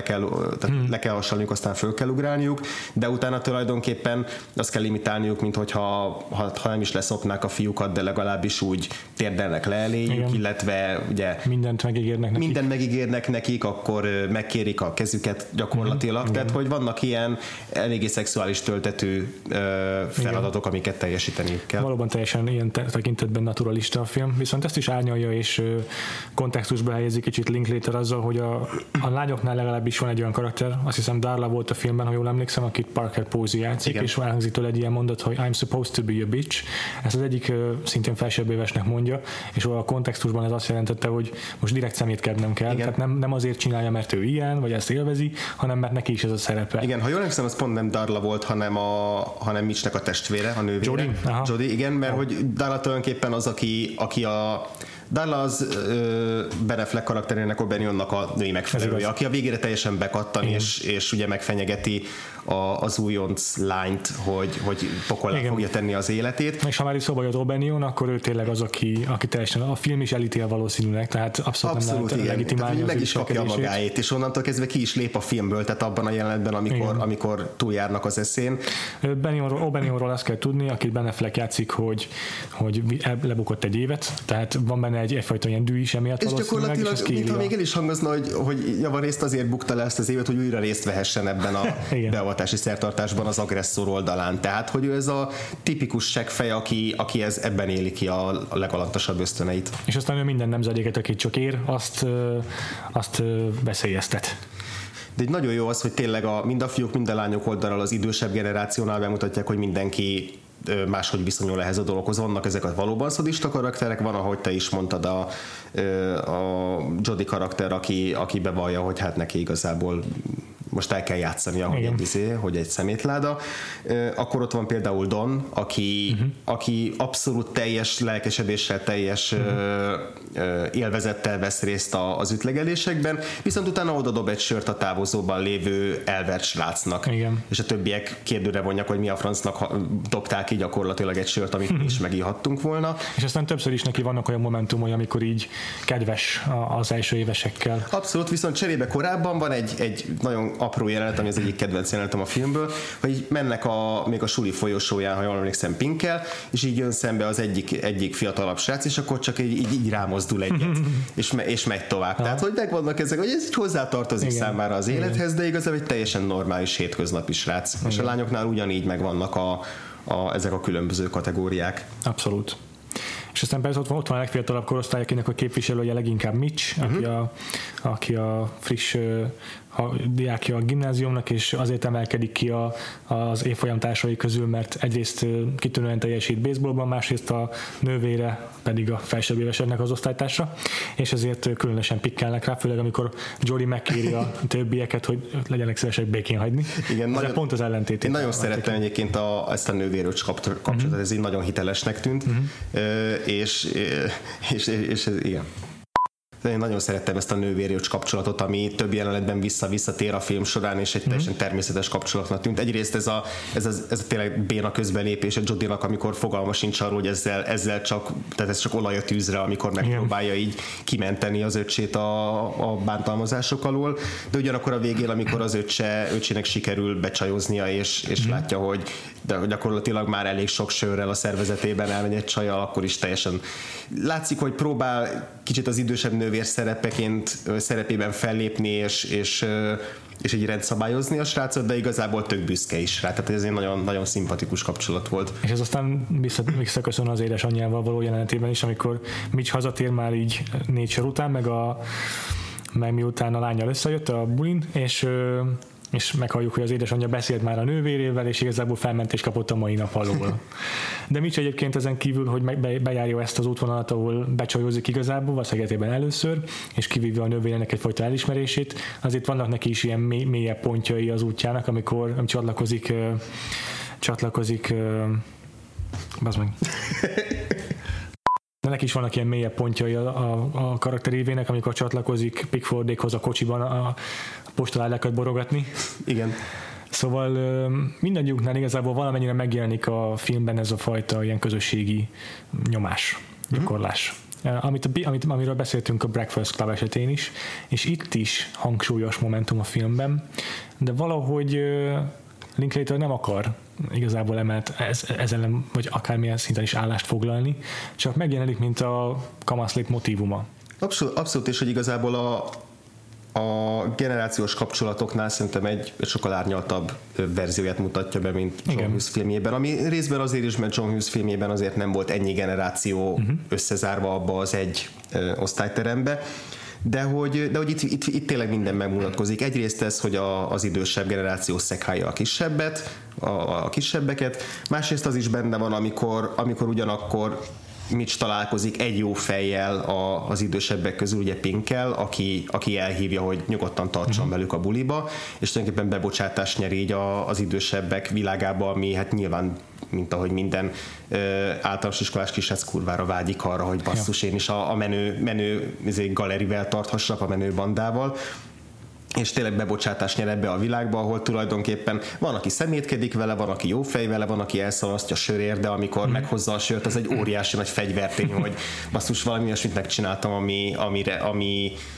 le kell hasalniuk, aztán föl kell ugrálniuk, de utána tulajdonképpen azt kell limitálniuk, mint hogyha nem is leszopnák a fiúkat, de legalábbis úgy térdelnek le eléjük, illetve ugye mindent megígérnek nekik, akkor megkérik a kezüket gyakorlatilag, tehát hogy vannak ilyen eléggé szexuális töltető feladatok, amiket teljesíteniük kell. Valóban teljesen ilyen tekintetben naturalista a film, viszont ezt is árnyalja és kontextusba helyezi kicsit Linklater azzal, hogy a lányoknál legalábbis van egy olyan karakter, azt hiszem Darla volt a filmben, ha jól emlékszem, akit Parker Posey játszik, és elhangzik tőle egy ilyen mondat, hogy I'm supposed to be a bitch. Ezt az egyik szintén felsőbb évesnek mondja, és a kontextusban ez azt jelentette, hogy most direkt szemétkednem kell, tehát nem azért csinálja, mert ő ilyen, vagy ezt élvezi, hanem mert neki is ez a szerepe. Igen, ha jól emlékszem, az pont nem Darla volt, hanem Mitchnek a testvére, a nővére. Jodie, igen, mert hogy Darla tulajdonképpen az, aki a Darla az Ben Affleck karakterének, O'Banionnak a női megfelelője, aki a végére teljesen bekattan, és ugye megfenyegeti az újonc lányt, hogy pokollá fogja tenni az életét. És ha már is szóba jött O'Banion, akkor ő tényleg az, aki teljesen a film is elítél valószínűleg, tehát abszolút nem lehet legitimálni. Meg is kapja magáét, és onnantól kezdve ki is lép a filmből, tehát abban a jelenetben, amikor túljárnak az eszén. O'Banionról azt kell tudni, akit Ben Affleck játszik, hogy lebukott egy évet, tehát van benne egyfajta ilyen dű is emiatt. És gyakorlatilag, mintha még el is hangozna, hogy javarészt azért bukta le ezt az évet, hogy újra részt vehessen ebben a beavatási szertartásban az agresszor oldalán. Tehát, hogy ő ez a tipikus seggfej, aki ebben éli ki a legalantasabb ösztöneit. És aztán ő minden nemzedéket, akit csak ér, azt veszélyeztet. De nagyon jó az, hogy tényleg mind a fiúk, mind a lányok oldalról az idősebb generációnál bemutatják, hogy mindenki máshogy viszonyul ehhez a dologhoz. Vannak ezek a valóban szadista karakterek, van, ahogy te is mondtad, a Jodie karakter, aki bevallja, hogy hát neki igazából most el kell játszania, hogy egy szemétláda. Akkor ott van például Don, aki abszolút teljes lelkesedéssel, teljes élvezettel vesz részt az ütlegelésekben, viszont utána oda dob egy sört a távozóban lévő elvert srácnak. Igen. És a többiek kérdőre vonják, hogy mi a francnak dobták ki gyakorlatilag egy sört, amit mi is megírhattunk volna. És aztán többször is neki vannak olyan momentumai, amikor így kedves az első évesekkel. Abszolút, viszont cserébe korábban van egy nagyon apró jelenet, ami az egyik kedvenc jelenetem a filmből, hogy mennek még a suli folyosóján, ha jól emlékszem, Pinkkel, és így jön szembe az egyik fiatalabb srác, és akkor csak így rámozdul egyet, és megy tovább. Tehát, hogy megvannak ezek, hogy ez hozzátartozik számára az élethez, de igazából egy teljesen normális hétköznapi srác. És a lányoknál ugyanígy megvannak ezek a különböző kategóriák. Abszolút. És aztán persze ott van a legfiatalabb korosztály, akinek a képviselője leginkább Mitch, aki a friss diákja a gimnáziumnak, és azért emelkedik ki az évfolyam társai közül, mert egyrészt kitűnően teljesít baseballban, másrészt a nővére pedig a felsőbb éveseknek az osztálytársa, és ezért különösen pikkelnek rá, főleg amikor Jodie megkéri a többieket, hogy legyenek szívesek békén hagyni. Igen, pont az ellentétét. Én nagyon szerettem egyébként ezt a nővéröcs kapcsolatot, ez így nagyon hitelesnek tűnt, és igen. Én nagyon szerettem ezt a nővéröcs kapcsolatot, ami több jelenetben visszatér a film során, és egy teljesen természetes kapcsolatnak tűnt. Egyrészt ez a tényleg béna közbelépés a Jodie-nak, amikor fogalma sincs arról, hogy ezzel csak olaj a tűzre, amikor megpróbálja így kimenteni az öccsét a bántalmazások alól, de ugyanakkor a végén, amikor az öccsének sikerül becsajoznia, és látja, hogy gyakorlatilag már elég sok sörrel a szervezetében elmegy egy csajjal, akkor is teljesen látszik, hogy próbál kicsit az idősebb nővér szerepében fellépni, és így rendszabályozni a srácot, de igazából tök büszke is rá. Tehát ez egy nagyon, nagyon szimpatikus kapcsolat volt. És ez aztán visszaköszön az édesanyjával való jelenetében is, amikor Mitch hazatér már így 4 sor után, meg miután a lányal összejött a bulin, és meghalljuk, hogy az édesanyja beszélt már a nővérével, és igazából felmentést kapott a mai nap alól. De Mitch egyébként ezen kívül, hogy bejárja ezt az útvonalat, ahol becsajozik igazából, valószínűleg először, és kivívja a nővérének egyfajta elismerését, azért vannak neki is ilyen mélyebb pontjai az útjának, amikor csatlakozik bazd meg. De neki is vannak ilyen mélyebb pontjai a karakterévének, amikor csatlakozik Pickfordékhoz a kocsiban a postaládákat borogatni. Igen. Szóval mindannyiunknál igazából valamennyire megjelenik a filmben ez a fajta ilyen közösségi nyomás, gyakorlás. Amiről beszéltünk a Breakfast Club esetén is, és itt is hangsúlyos momentum a filmben, de valahogy Linklater nem akar igazából ezen vagy akármilyen szinten is állást foglalni, csak megjelenik, mint a kamaszlét motívuma. Abszolút, és hogy igazából a generációs kapcsolatoknál szerintem egy sokkal árnyaltabb verzióját mutatja be, mint John Hughes filmjében, ami részben azért is, mert John Hughes filmében azért nem volt ennyi generáció összezárva abba az egy osztályterembe, de hogy itt tényleg minden megmutatkozik. Egyrészt ez, hogy az idősebb generáció szekálja a kisebbeket, másrészt az is benne van, amikor ugyanakkor Mitch találkozik egy jó fejjel az idősebbek közül, ugye Pinkkel, aki elhívja, hogy nyugodtan tartson velük a buliba, és tulajdonképpen bebocsátást nyer így az idősebbek világába, ami hát nyilván, mint ahogy minden általános iskolás kisrác kurvára vágyik arra, hogy basszus, én is a menő galerivel tarthassak, a menő bandával, és tényleg bebocsátást nyer ebbe a világba, ahol tulajdonképpen van, aki szemétkedik vele, van, aki jó fej vele, van, aki elszalasztja sörért, de amikor meghozza a sört, az egy óriási nagy fegyvertény, hogy basszus, valami olyasmit megcsináltam, ami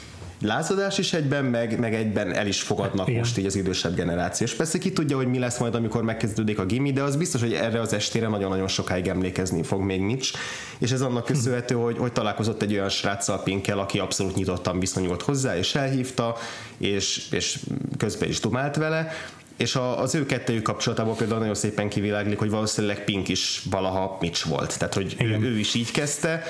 lázadás is egyben, meg egyben el is fogadnak most így az idősebb generáció. És persze ki tudja, hogy mi lesz majd, amikor megkezdődik a gimi, de az biztos, hogy erre az estére nagyon-nagyon sokáig emlékezni fog még Mitch, és ez annak köszönhető, hogy találkozott egy olyan sráccal, Pinkkel, aki abszolút nyitottan viszonyult hozzá, és elhívta, és közben is dumált vele, és az ő kettejük kapcsolatából például nagyon szépen kiviláglik, hogy valószínűleg Pink is valaha Mitch volt, tehát hogy ő is így kezdte,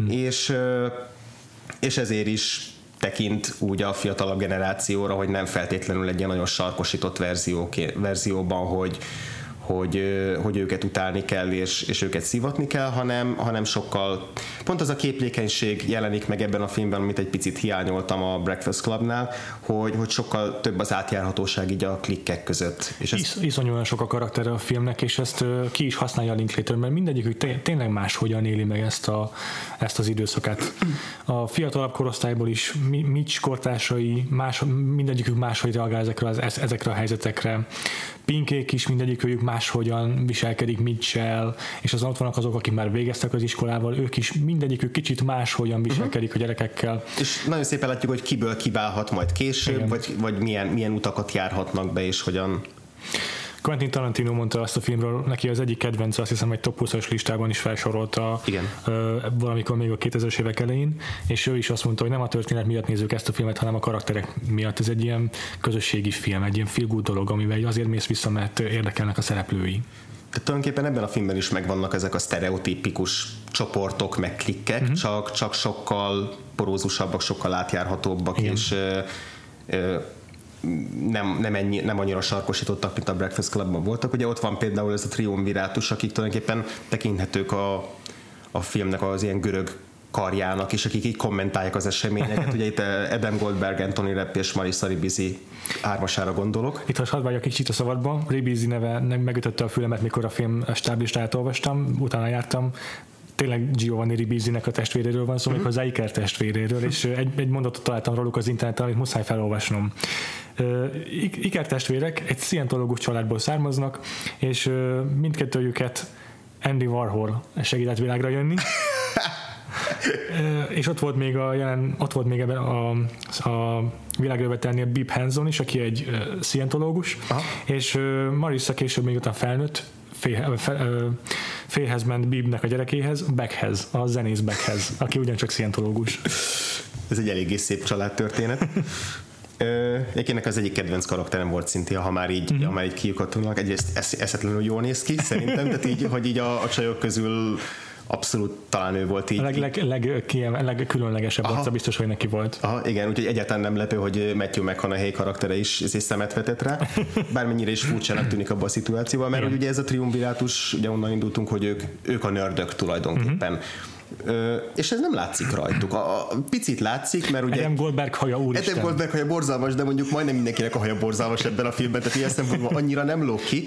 és ezért is tekint úgy a fiatalabb generációra, hogy nem feltétlenül egy ilyen nagyon sarkosított verzióban, hogy őket utálni kell, és őket szívatni kell, hanem sokkal, pont az a képlékenység jelenik meg ebben a filmben, amit egy picit hiányoltam a Breakfast Clubnál, hogy sokkal több az átjárhatóság így a klikkek között. És iszonyúan sok a karaktere a filmnek, és ezt ki is használja a Linklater, mert mindegyikük tényleg máshogyan éli meg ezt az időszakát. A fiatalabb korosztályból is Mitch kortársai, mindegyikük máshogy reagál ezekre a helyzetekre. Pinkék is mindegyikük máshogyan viselkedik Mitchell, és azon ott vannak azok, akik már végeztek az iskolával, ők is mindegyikük kicsit máshogyan viselkedik a gyerekekkel. És nagyon szépen látjuk, hogy kiből kiválhat majd később, vagy milyen utakat járhatnak be, és hogyan. Quentin Tarantino mondta azt a filmről, neki az egyik kedvence, azt hiszem egy top 20-as listában is felsorolta valamikor még a 2000-es évek elején, és ő is azt mondta, hogy nem a történet miatt nézzük ezt a filmet, hanem a karakterek miatt. Ez egy ilyen közösségi film, egy ilyen feel good dolog, amivel azért mész vissza, mert érdekelnek a szereplői. Tehát tulajdonképpen ebben a filmben is megvannak ezek a sztereotípikus csoportok, meg klikkek, csak sokkal porózusabbak, sokkal átjárhatóbbak, és nem annyira sarkosítottak, mint a Breakfast Clubban voltak. Ugye ott van például ez a triumvirátus, akik tulajdonképpen tekinthetők a filmnek az ilyen görög karjának, és akik így kommentálják az eseményeket. Ugye itt Adam Goldberg, Anthony Rapp és Marissa Ribisi hármasára gondolok. Itt hadd vágjak kicsit a szabadba. Ribisi neve megütötte a fülemet, mikor a film stáblistáját olvastam, utána jártam. Tényleg Giovanni Ribisinek a testvéréről van szó, méghozzá Iker testvéréről, és egy mondatot találtam róluk az interneten, amit muszáj felolvasnom. Iker testvérek egy scientológus családból származnak, és mindkettőjüket Andy Warhol segített világra jönni. És ott volt még ebben a világjövetelnél Bib Hanson is, aki egy scientológus, és Marissa később még utána felnőtt, férhez ment Bibnek a gyerekéhez, Beckhez, a zenész Beckhez, aki ugyancsak scientológus. Ez egy eléggé szép családtörténet. Egyébként az egyik kedvenc karakterem volt szintén, ha már így kiukadtunk. Egyrészt eszetlenül jól néz ki, szerintem, tehát így, hogy így a csajok közül abszolút talán ő volt így. A legkülönlegesebb arca biztos, hogy neki volt. Igen, úgyhogy egyáltalán nem lepő, hogy Matthew McConaughey karaktere is szemet vetett rá, bármennyire is furcsának tűnik abban a szituációban, mert ugye ez a triumvirátus, ugye onnan indultunk, hogy ők a nördök tulajdonképpen. És ez nem látszik rajtuk. Picit látszik, mert ugye... Adam Goldberg haja, úristen. Adam Goldberg haja borzalmas, de mondjuk majdnem mindenkinek a haja borzalmas ebben a filmben, tehát ilyen szempontból annyira nem lóg ki.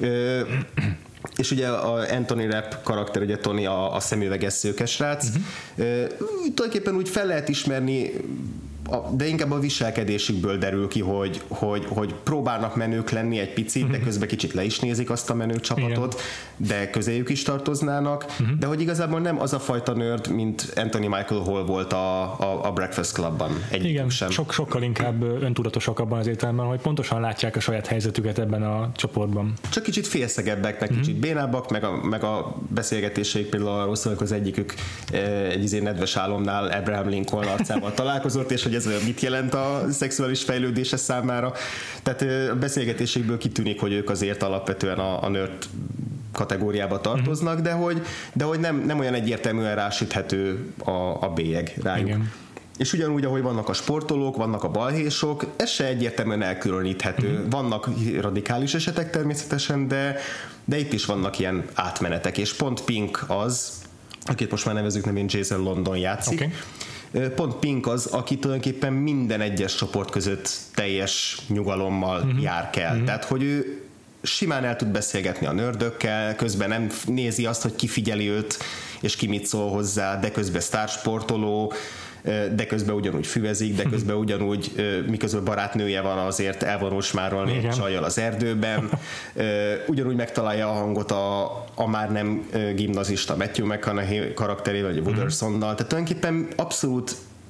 És ugye a Anthony Rapp karakter, ugye Tony a szemüveges szőkes srác, tulajdonképpen úgy fel lehet ismerni, de inkább a viselkedésükből derül ki, hogy próbálnak menők lenni egy picit, de közben kicsit le is nézik azt a menő csapatot, de közéjük is tartoznának, de hogy igazából nem az a fajta nerd, mint Anthony Michael Hall volt a Breakfast Clubban. Igen, sokkal inkább öntudatosak abban az értelemben, hogy pontosan látják a saját helyzetüket ebben a csoportban. Csak kicsit félszegebbek, meg kicsit bénábbak, meg a beszélgetéseik például arról szól, hogy az egyikük egy nedves álomnál Abraham Lincoln arcával találkozott, és hogy ez mit jelent a szexuális fejlődése számára. Tehát a beszélgetésekből kitűnik, hogy ők azért alapvetően a nerd kategóriába tartoznak, de hogy nem olyan egyértelműen rásüthető a bélyeg rájuk. Igen. És ugyanúgy, ahogy vannak a sportolók, vannak a balhésok, ez se egyértelműen elkülöníthető. Vannak radikális esetek természetesen, de itt is vannak ilyen átmenetek, és pont Pink az, akit most már nevezzük nevén Jason London játszik, pont Pink az, aki tulajdonképpen minden egyes csoport között teljes nyugalommal jár kell. Tehát, hogy ő simán el tud beszélgetni a nördökkel, közben nem nézi azt, hogy ki figyeli őt, és ki mit szól hozzá, de közben sztársportoló, de közben ugyanúgy füvezik, de közben ugyanúgy, miközben barátnője van, azért elvonul smárolni egy csajjal az erdőben, ugyanúgy megtalálja a hangot a már nem gimnazista Matthew McConaughey karakterével, vagy Woodersonnal, tehát tulajdonképpen abszolút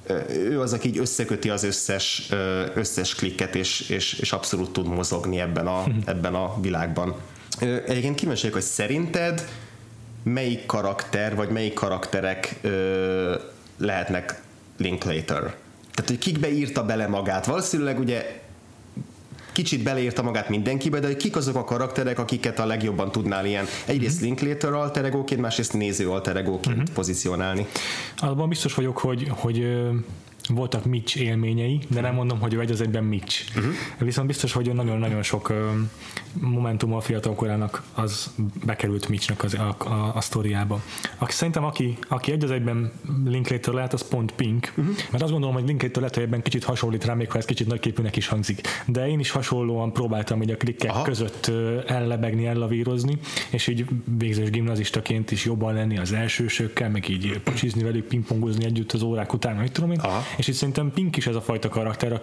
ő az, aki így összeköti az összes klikket, és abszolút tud mozogni ebben a világban. Egyébként kíváncsi vagyok, hogy szerinted melyik karakter, vagy melyik karakterek lehetnek Linklater? Tehát, hogy kikbe írta bele magát? Valószínűleg ugye kicsit beleírta magát mindenkibe, de kik azok a karakterek, akiket a legjobban tudnál ilyen egyrészt Linklater alter egóként, másrészt néző alter egóként pozícionálni? Abban biztos vagyok, hogy voltak Mitch élményei, de nem mondom, hogy ő egy az egyben Mitch. Viszont biztos, hogy nagyon-nagyon sok momentum a fiatal korának az bekerült Mitchnek a sztoriába. Szerintem aki egy az egyben Linklater lehet, az pont Pink, mert azt gondolom, hogy Linklater lehet, hogy ebben kicsit hasonlít rá, még ha ez kicsit nagyképűnek is hangzik. De én is hasonlóan próbáltam így a klikkek között ellebegni, ellavírozni, és így végzős gimnazistaként is jobban lenni az elsősökkel, meg így pocsizni velük, pingpongozni együtt az órák után, mit tudom én. És itt szerintem Pink is ez a fajta karakter,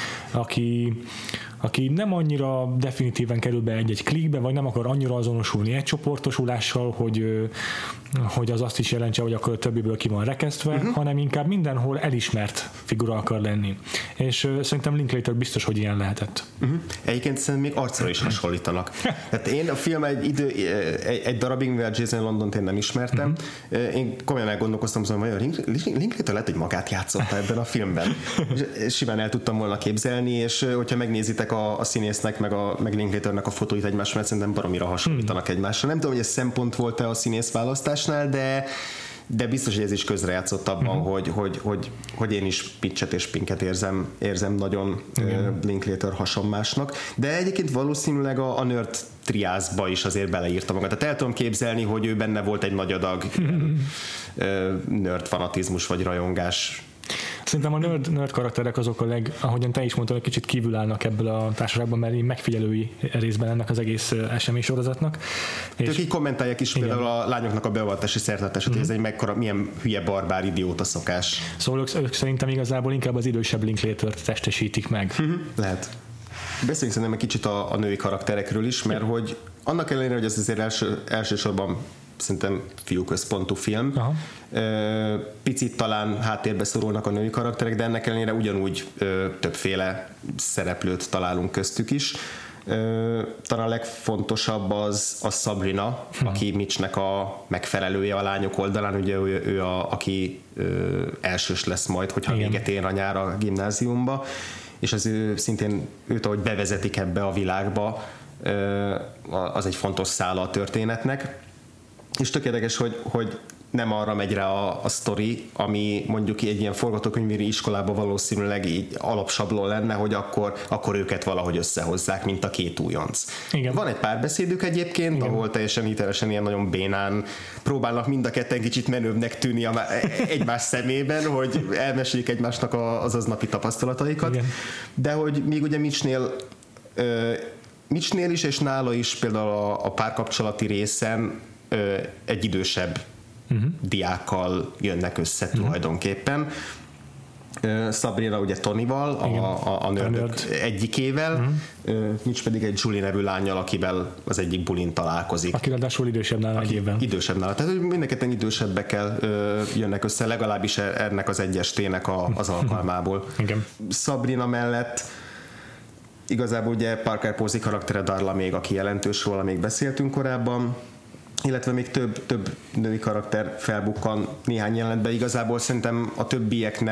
aki nem annyira definitíven kerül be egy-egy klikbe, vagy nem akar annyira azonosulni egy csoportosulással, hogy az azt is jelentse, hogy akkor a többiből ki van rekesztve, hanem inkább mindenhol elismert figura akar lenni. És szerintem Linklater biztos, hogy ilyen lehetett. Egyébként szerintem még arcra is hasonlítanak. Tehát én a film egy darabig, mivel Jason Londont én nem ismertem, én komolyan elgondolkoztam, hogy vajon Linklater lehet, hogy magát játszotta ebben a filmben. És simán el tudtam volna képzelni, és hogyha megnézitek a színésznek, meg Linklaternek a fotóit egymás mellett, szerintem baromira hasonlítanak egymásra. Nem tudom, hogy ez szempont volt-e a színész választásnál, de biztos, hogy ez is közrejátszott abban, hogy én is Pitchet és Pinket érzem nagyon Linklater hasonmásnak. De egyébként valószínűleg a nerd triászba is azért beleírta magát. Tehát el tudom képzelni, hogy ő benne volt egy nagy adag nerd fanatizmus vagy rajongás. Szerintem a nerd karakterek azok ahogyan te is mondtad, egy kicsit kívül állnak ebből a társaságban, mert megfigyelői részben ennek az egész esemény sorozatnak. Ők így kommentálják is például a lányoknak a beavatási szertartását, hogy ez egy milyen hülye barbár idióta szokás. Szóval ők szerintem igazából inkább az idősebb Linklatert testesítik meg. Lehet. Beszéljünk szerintem egy kicsit a női karakterekről is, mert hogy annak ellenére, hogy ez azért elsősorban szerintem fiúközpontú film. Picit talán háttérbe szorulnak a női karakterek, de ennek ellenére ugyanúgy többféle szereplőt találunk köztük is. Talán a legfontosabb az Sabrina, aki Mitchnek a megfelelője a lányok oldalán, ugye ő aki elsős lesz majd, hogyha véget ér a nyár a gimnáziumba, és az szintén őt, ahogy bevezetik ebbe a világba, az egy fontos szála a történetnek. És tök érdekes, hogy nem arra megy rá a sztori, ami mondjuk egy ilyen forgatókönyvírói iskolában valószínűleg így alapsablon lenne, hogy akkor őket valahogy összehozzák, mint a két újonc. Igen. Van egy párbeszédük egyébként, igen, ahol teljesen hitelesen ilyen nagyon bénán próbálnak mind a ketten kicsit menőbbnek tűnni egymás szemében, hogy elmeséljék egymásnak az aznapi tapasztalataikat. Igen. De hogy még ugye Mitchnél is, és nála is például a párkapcsolati részen egy idősebb diákkal jönnek össze tulajdonképpen. Sabrina ugye Tonyval, a nördök egyikével, Mitch pedig egy Julie nevű lánnyal, akivel az egyik bulin találkozik. Aki ráadásul idősebb nála egy évben. Idősebb nála. Tehát mindenketten idősebbekkel jönnek össze, legalábbis ennek az egy estének az alkalmából. Igen. Sabrina mellett igazából ugye Parker Posey karaktere Darla még, aki jelentős, róla még beszéltünk korábban, illetve még több női karakter felbukkan néhány jelenetben. Igazából szerintem a többiek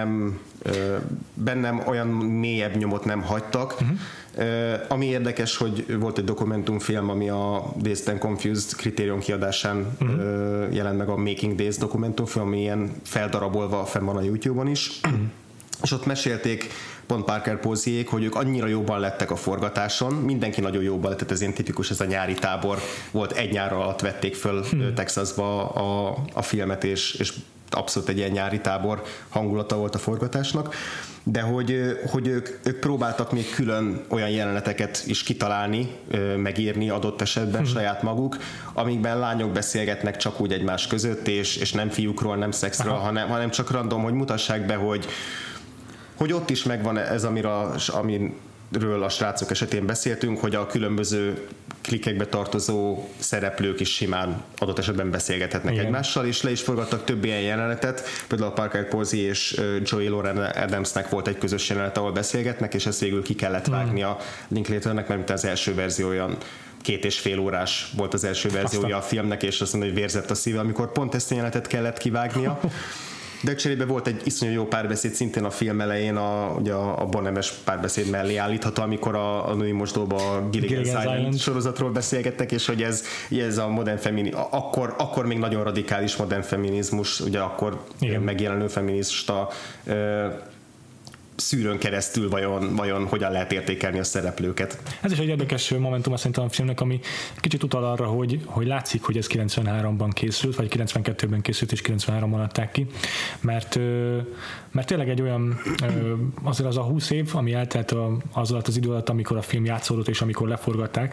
bennem olyan mélyebb nyomot nem hagytak. Ami érdekes, hogy volt egy dokumentumfilm, ami a Dazed and Confused Criterion kiadásán jelent meg, a Making Days dokumentumfilm, ami ilyen feldarabolva fenn van a YouTube-on is. És ott mesélték pont Parker Poseyék, hogy ők annyira jóban lettek a forgatáson, mindenki nagyon jóban lett, ez ilyen tipikus, ez a nyári tábor volt, egy nyár alatt vették föl Texasba a filmet, és abszolút egy ilyen nyári tábor hangulata volt a forgatásnak, de hogy ők próbáltak még külön olyan jeleneteket is kitalálni, megírni adott esetben saját maguk, amikben lányok beszélgetnek csak úgy egymás között, és nem fiúkról, nem szexről, hanem csak random, hogy mutassák be, hogy ott is megvan ez, ami amiről a srácok esetén beszéltünk, hogy a különböző klikekbe tartozó szereplők is simán adott esetben beszélgethetnek egymással, és le is forgattak több ilyen jelenetet, például a Parker Posey és Joey Lauren Adamsnek volt egy közös jelenet, ahol beszélgetnek, és ezt végül ki kellett vágni a Linklaternek, mert az első verzió olyan 2,5 órás volt az első verziója a filmnek, és azt mondja, hogy vérzett a szíve, amikor pont ezt a jelenetet kellett kivágnia. De cserébe volt egy iszonyú jó párbeszéd szintén a film elején, ugye a Bonnemes párbeszéd mellé állítható, amikor a női mosdóban a Gilligan's Island sorozatról beszélgettek, és hogy ez a modern feminizmus, akkor még nagyon radikális modern feminizmus, ugye akkor megjelenő feminista szűrőn keresztül vajon hogyan lehet értékelni a szereplőket. Ez is egy érdekes momentum szerintem a filmnek, ami kicsit utal arra, hogy látszik, hogy ez 93-ban készült, vagy 92-ben készült, és 93-ban adták ki, mert tényleg egy olyan, azért az a 20 év, ami eltelt az alatt az idő alatt, amikor a film játszódott, és amikor leforgatták,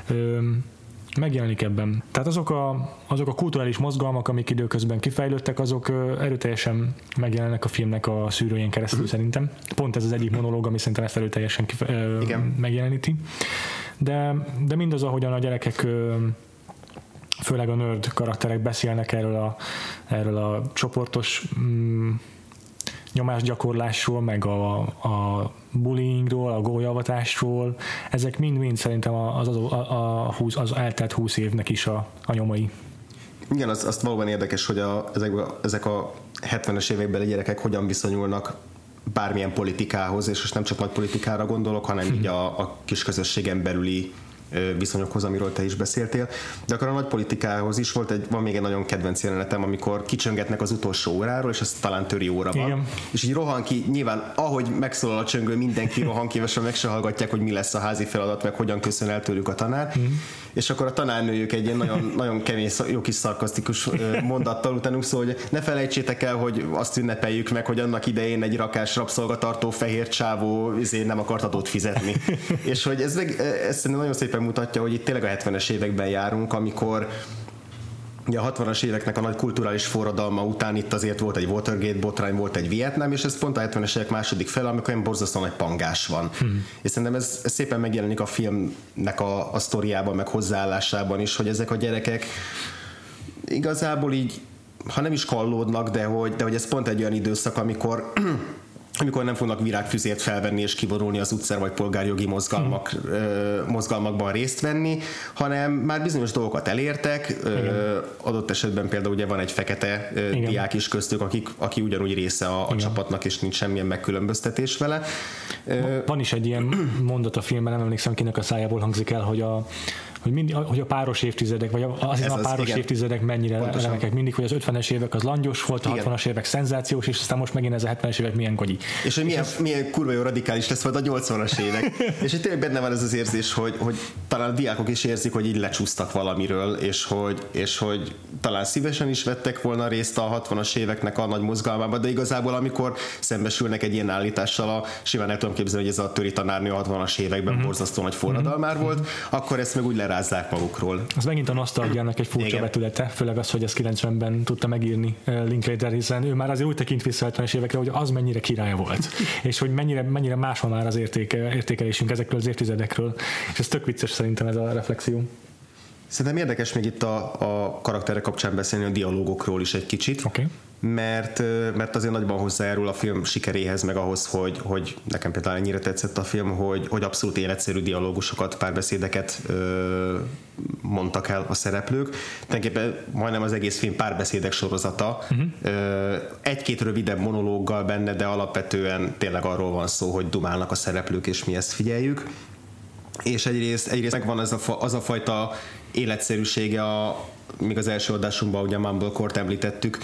megjelenik ebben. Tehát azok a kulturális mozgalmak, amik időközben kifejlődtek, azok erőteljesen megjelennek a filmnek a szűrőjén keresztül szerintem. Pont ez az egyik monológ, ami szerintem ezt erőteljesen megjeleníti. De mindaz, ahogyan a gyerekek, főleg a nerd karakterek beszélnek erről a csoportos nyomásgyakorlásról, meg a bullyingról, a gólyavatásról, ezek mind-mind szerintem az eltelt 20 évnek is a nyomai. Igen, azt valóban érdekes, hogy ezek a 70-es évekbeli gyerekek hogyan viszonyulnak bármilyen politikához, és most nem csak nagy politikára gondolok, hanem így a kis közösségen belüli viszonyokhoz, amiről te is beszéltél. De akkor a nagy politikához is van még egy nagyon kedvenc jelenetem, amikor kicsöngetnek az utolsó óráról, és ez talán töri óra van. Igen. És így rohan ki, nyilván ahogy megszólal a csöngő, mindenki rohan ki, és meg se hallgatják, hogy mi lesz a házi feladat, meg hogyan köszön el tőlük a tanár. És akkor a tanárnőjük egy ilyen nagyon, nagyon kemény, jó kis szarkasztikus mondattal utánunk szól, hogy ne felejtsétek el, hogy azt ünnepeljük meg, hogy annak idején egy rakás rabszolgatartó fehér csávó nem akart adót fizetni. És hogy ez szerintem nagyon szépen mutatja, hogy itt tényleg a 70-es években járunk, amikor ugye a 60-as éveknek a nagy kulturális forradalma után itt azért volt egy Watergate botrány, volt egy Vietnám, és ez pont a 70-es évek második fele, amikor olyan borzasztóan nagy pangás van. És szerintem ez szépen megjelenik a filmnek a sztoriában, meg hozzáállásában is, hogy ezek a gyerekek igazából így, ha nem is kallódnak, de hogy ez pont egy olyan időszak, amikor nem fognak virágfüzért felvenni és kivonulni az utcára vagy polgárjogi mozgalmakban részt venni, hanem már bizonyos dolgokat elértek. Adott esetben például ugye van egy fekete diák is köztük, aki ugyanúgy része a csapatnak, és nincs semmilyen megkülönböztetés vele. Van is egy ilyen mondat a filmben, nem emlékszem, kinek a szájából hangzik el, hogy a páros évtizedek, vagy a páros évtizedek mennyire remekek mindig, hogy az 50-es évek az langyos volt, a 60-as évek szenzációs, és aztán most megint ez a 70-es évek milyen gagyi. És hogy milyen kurva jó radikális lesz majd a 80-as évek. És hogy tényleg benne van ez az érzés, hogy talán a diákok is érzik, hogy így lecsúsztak valamiről, és hogy talán szívesen is vettek volna részt a 60-as éveknek a nagy mozgalmában, de igazából amikor szembesülnek egy ilyen állítással, simán el tudom képzelni, hogy ez a töri tanárnő a 60-as években borzasztó nagy forradalmár volt, akkor ezt meg úgy lerázzák magukról. Az megint a nosztalgiának egy furcsa vetülete, főleg az, hogy ezt 90-ben tudta megírni Linklater, hiszen ő már azért úgy tekint vissza a 70-es évekre, hogy az mennyire király volt, és hogy mennyire más van már az értékelésünk ezekről az évtizedekről, és ez tök vicces szerintem ez a reflexió. Szerintem érdekes még itt a karakterek kapcsán beszélni a dialógokról is egy kicsit, mert azért nagyban hozzájárul a film sikeréhez, meg ahhoz, hogy nekem például ennyire tetszett a film, hogy abszolút életszerű dialógusokat, párbeszédeket mondtak el a szereplők. Tulajdonképpen majdnem az egész film párbeszédek sorozata. Egy-két rövidebb monológgal benne, de alapvetően tényleg arról van szó, hogy dumálnak a szereplők, és mi ezt figyeljük. És egyrészt megvan az a fajta életszerűsége, még az első adásunkban ugye a Mumblecore-t említettük,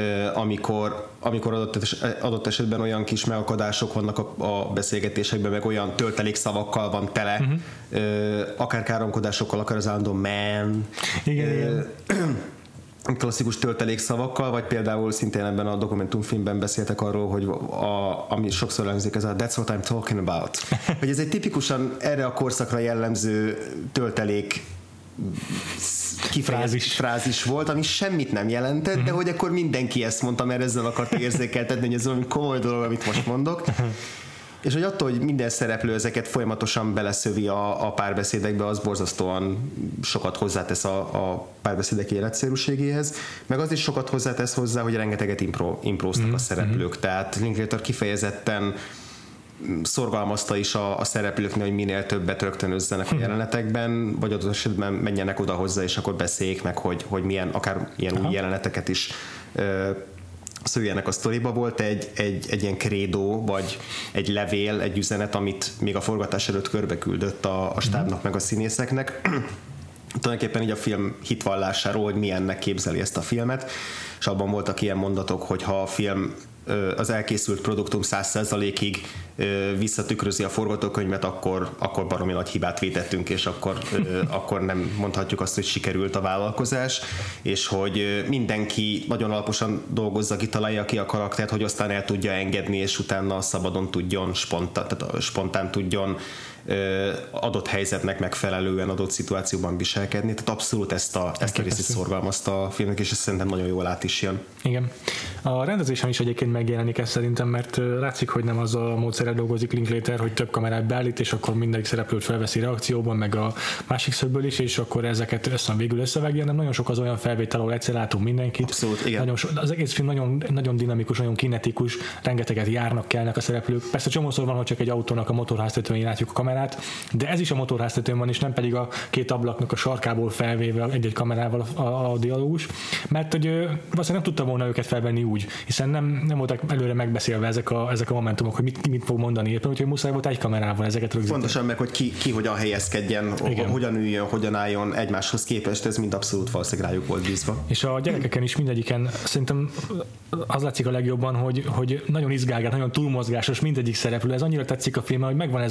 amikor adott esetben olyan kis megakadások vannak a beszélgetésekben, meg olyan töltelékszavakkal van tele, akár káromkodásokkal, akár az állandó man, klasszikus töltelékszavakkal, vagy például szintén ebben a dokumentumfilmben beszéltek arról, hogy ami sokszor elhangzik, ez a that's what I'm talking about. Hogy ez egy tipikusan erre a korszakra jellemző töltelék frázis volt, ami semmit nem jelentett, de hogy akkor mindenki ezt mondta, mert ezzel akart érzékeltetni, hogy ez valami komoly dolog, amit most mondok. És hogy attól, hogy minden szereplő ezeket folyamatosan beleszövi a párbeszédekbe, az borzasztóan sokat hozzátesz a párbeszédek életszerűségéhez, meg az is sokat hozzátesz hozzá, hogy rengeteget impróztak a szereplők, tehát Linklater kifejezetten szorgalmazta is a szereplőknél, hogy minél többet rögtönözzenek a jelenetekben, vagy adott esetben menjenek oda hozzá, és akkor beszéljék meg, hogy milyen, akár ilyen új jeleneteket is szüljenek a sztoriba. Volt egy ilyen krédó, vagy egy levél, egy üzenet, amit még a forgatás előtt körbe küldött a stábnak, meg a színészeknek. Tulajdonképpen így a film hitvallásáról, hogy milyennek képzeli ezt a filmet, és abban voltak ilyen mondatok, hogy ha a film az elkészült produktum 100%-ig visszatükrözi a forgatókönyvet, akkor baromi nagy hibát vétettünk, és akkor nem mondhatjuk azt, hogy sikerült a vállalkozás, és hogy mindenki nagyon alaposan dolgozza, kitalálja ki a karaktert, hogy aztán el tudja engedni, és utána szabadon tudjon, spontán tudjon adott helyzetnek megfelelően adott szituációban viselkedni. Tehát abszolút ezt a részét szorgalmazta a filmnek, és ez szerintem nagyon jól át is jön. Igen. A rendezésen is egyébként megjelenik ez szerintem, mert látszik, hogy nem az a módszerrel dolgozik Linklater, hogy több kamerát beállít, és akkor mindegyik szereplőt felveszi reakcióban, meg a másik szögből is, és akkor ezeket végül összevágja, nem nagyon sok az olyan felvétel, ahol egyszer látunk mindenkit. Abszolút, igen. Az egész film nagyon, nagyon dinamikus, nagyon kinetikus, rengeteget járnak, kelnek a szereplők. Persze csomószor van, hogy csak egy autónak a motorháztetőjén látjuk a kamerát, de ez is a motorháztetőn van, és nem pedig a két ablaknak a sarkából felvéve egy-egy kamerával a dialógus, mert hogy valószínűleg nem tudta volna őket felvenni úgy, hiszen nem voltak előre megbeszélve ezek a momentumok, hogy mit fog mondani éppen, úgyhogy muszáj volt egy kamerával ezeket rögzíteni. Pontosan meg, hogy ki hogyan helyezkedjen, hogyan üljön, hogyan álljon egymáshoz képest, ez mind abszolút valószínűleg rájuk volt bízva. És a gyerekeken is mindegyiken szerintem az látszik a legjobban, hogy nagyon izgálgál, nagyon túlmozgásos mindegyik szereplő, ez annyira tetszik a filmben, hogy megvan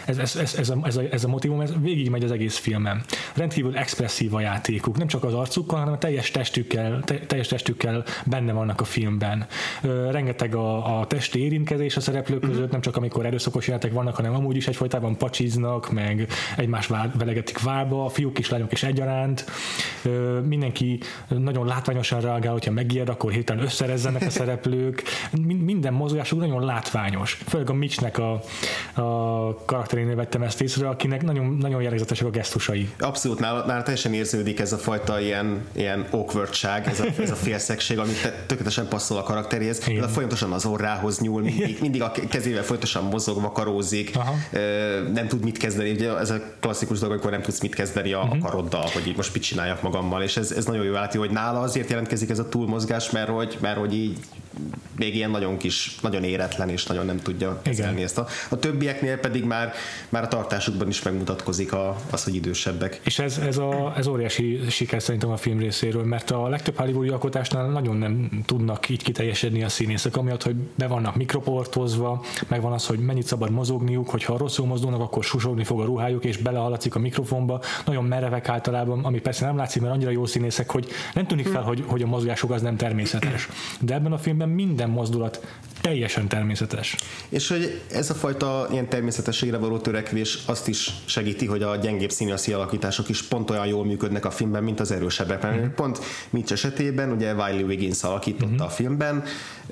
ez a motivum, ez végigmegy az egész filmen. Rendkívül expresszív a játékuk, nem csak az arcukkal, hanem a teljes testükkel benne vannak a filmben. Rengeteg a testi érintkezés a szereplők között, nem csak amikor erőszakos jelenetek vannak, hanem amúgy is egyfajtában pacsiznak, meg egymást velegetik válba, a fiúk és lányok is egyaránt. Mindenki nagyon látványosan reagál, hogyha megijed, akkor hirtelen összerezzenek a szereplők. Minden mozgásuk nagyon látványos. Főleg a Mitchnek a karakterénél vettem ezt észre, akinek nagyon, nagyon jellegzetesek a gesztusai. Abszolút, nála teljesen érződik ez a fajta ilyen awkwardság, ez a félszegség, ami tökéletesen passzol a karakteréhez. Folyamatosan az orrához nyúl, mindig a kezével folyamatosan mozog, vakarózik, nem tud mit kezdeni. Ugye ez a klasszikus dolog, amikor nem tudsz mit kezdeni a karoddal, hogy így most mit csináljak magammal, és ez nagyon jó látni, hogy nála azért jelentkezik ez a túlmozgás, mert hogy így még ilyen nagyon éretlen, és nagyon nem tudja kezelni ezt. A többieknél pedig már a tartásukban is megmutatkozik az, hogy idősebbek. És ez óriási siker szerintem a film részéről, mert a legtöbb hollywoodi alkotásnál nagyon nem tudnak így kiteljesedni a színészek, amiatt, hogy be vannak mikroportozva, meg van az, hogy mennyit szabad mozogniuk, hogyha rosszul mozdulnak, akkor susogni fog a ruhájuk, és belehaladszik a mikrofonba. Nagyon merevek általában, ami persze nem látszik, mert annyira jó színészek, hogy nem tűnik fel, hogy a mozgásuk az nem természetes. De ebben a filmben minden mozdulat teljesen természetes. És hogy ez a fajta ilyen természetességre való törekvés azt is segíti, hogy a gyengébb színészi alakítások is pont olyan jól működnek a filmben, mint az erősebbek. Pont Mitch esetében, ugye Wiley Wiggins alakította a filmben,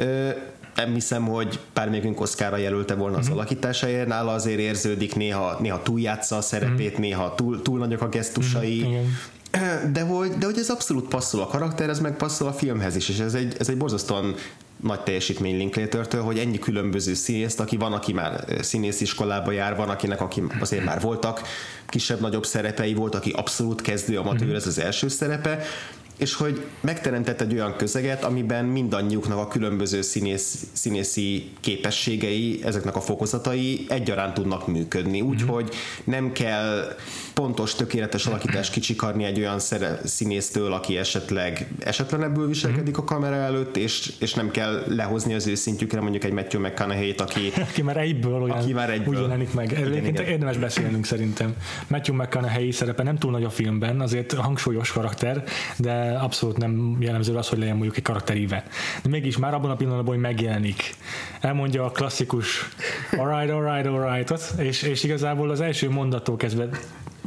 nem hiszem, hogy bármelyikünk Oscarra jelölte volna az alakításáért, nála azért érződik, néha túljátsza a szerepét, néha túl nagyok a gesztusai, de hogy ez abszolút passzol a karakterhez, meg passzol a filmhez is, és ez egy borzasztóan nagy teljesítmény Linklatertől, hogy ennyi különböző színészt, aki már színésziskolába jár, van akinek azért már voltak kisebb-nagyobb szerepei, volt, aki abszolút kezdő amatőr, ez az első szerepe, és hogy megteremtett egy olyan közeget, amiben mindannyiuknak a különböző színészi képességei, ezeknek a fokozatai egyaránt tudnak működni. Úgyhogy nem kell pontos, tökéletes alakítást kicsikarni egy olyan színésztől, aki esetleg esetlenebbül viselkedik a kamera előtt, és nem kell lehozni az ő szintjükre mondjuk egy Matthew McConaughey-t, aki már egyből úgy jelenik meg. Érdemes beszélnünk szerintem. Matthew McConaughey szerepe nem túl nagy a filmben, azért hangsúlyos karakter, de abszolút nem jellemző az, hogy legyen mondjuk egy karakteríve. De mégis már abban a pillanatban, hogy megjelenik, elmondja a klasszikus alright, és igazából az első mondattól kezdve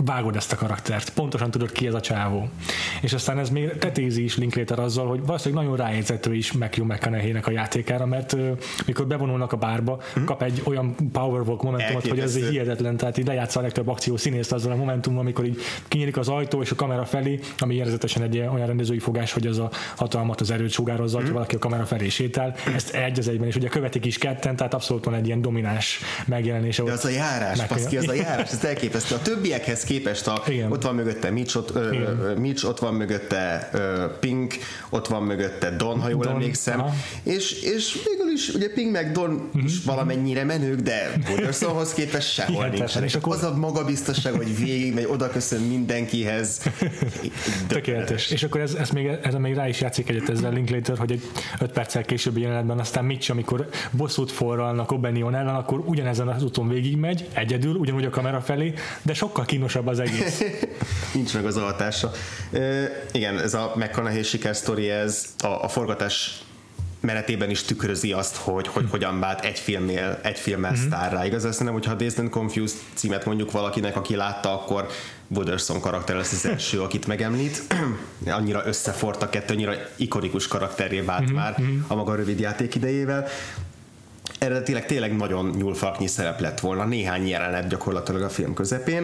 vágod ezt a karaktert, pontosan tudod ki ez a csávó. És aztán ez még tetézi is Linklater azzal, hogy valószínűleg nagyon rájegyzett ő is Matthew McConaughey-nek a játékára, mert mikor bevonulnak a bárba, kap egy olyan powerwalk momentumot, hogy ez hihetetlen, tehát így lejátsza a legtöbb akció színészt azzal a momentummal, amikor így kinyílik az ajtó és a kamera felé, ami érzetesen egy olyan rendezői fogás, hogy az a hatalmat, az erőt sugározza, hogy valaki a kamera felé sétál. Ezt egy az egyben, és ugye követik is ketten, tehát abszolút van egy ilyen domináns megjelenése. De az a járás, paszki, az a járás, ez elképesztő. A többiekhez képest ott van mögötte Mitch, ott van mögötte Pink, ott van mögötte Don, ha jól emlékszem, és végül is ugye Pink meg Don is valamennyire menők, de Woodersonhoz képest sehol nincsen. És akkor az a magabiztosság, hogy végig megy, oda köszön mindenkihez. Tökéletes. És akkor ez még rá is játszik egyet ezzel Linklater, hogy egy 5 perccel későbbi jelenetben aztán Mitch, amikor bosszút forralnak O'Banion ellen, akkor ugyanezen az úton végigmegy, egyedül, ugyanúgy a kamera felé, de sokkal kínosabb az egész. Nincs meg az a hatása. Igen, ez a McConaughey sikersztori, ez a forgatás menetében is tükrözi azt, hogy hogyan vált egy filmmel sztárrá. Igaz, azt hiszem, hogyha a Dazed and Confused címet mondjuk valakinek, aki látta, akkor Wooderson karakter lesz az első, akit megemlít. Annyira összefort a kettő, annyira ikonikus karakterré vált már a maga rövid játék idejével. Eredetileg tényleg nagyon nyúlfarknyi szerep lett volna, néhány jelenet gyakorlatilag a film közepén,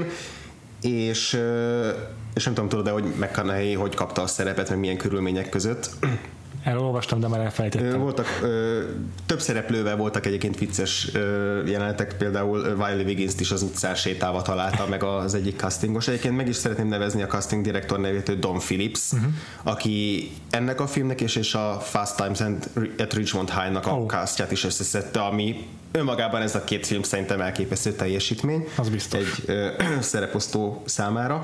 és nem tudom, tudod, de hogy McConaughey hogy kapta a szerepet, meg milyen körülmények között. Elolvastam, de már elfelejtettem. Több szereplővel voltak egyébként vicces jelenetek, például Wiley Wiggins-t is az utcán sétálva találta meg az egyik castingos. Egyébként meg is szeretném nevezni a casting direktor nevét, hogy Don Phillips, aki ennek a filmnek és a Fast Times at Ridgemont High-nak a castját is összeszedte, ami önmagában ez a két film szerintem elképesztő teljesítmény. Az biztos. Egy szereposztó számára.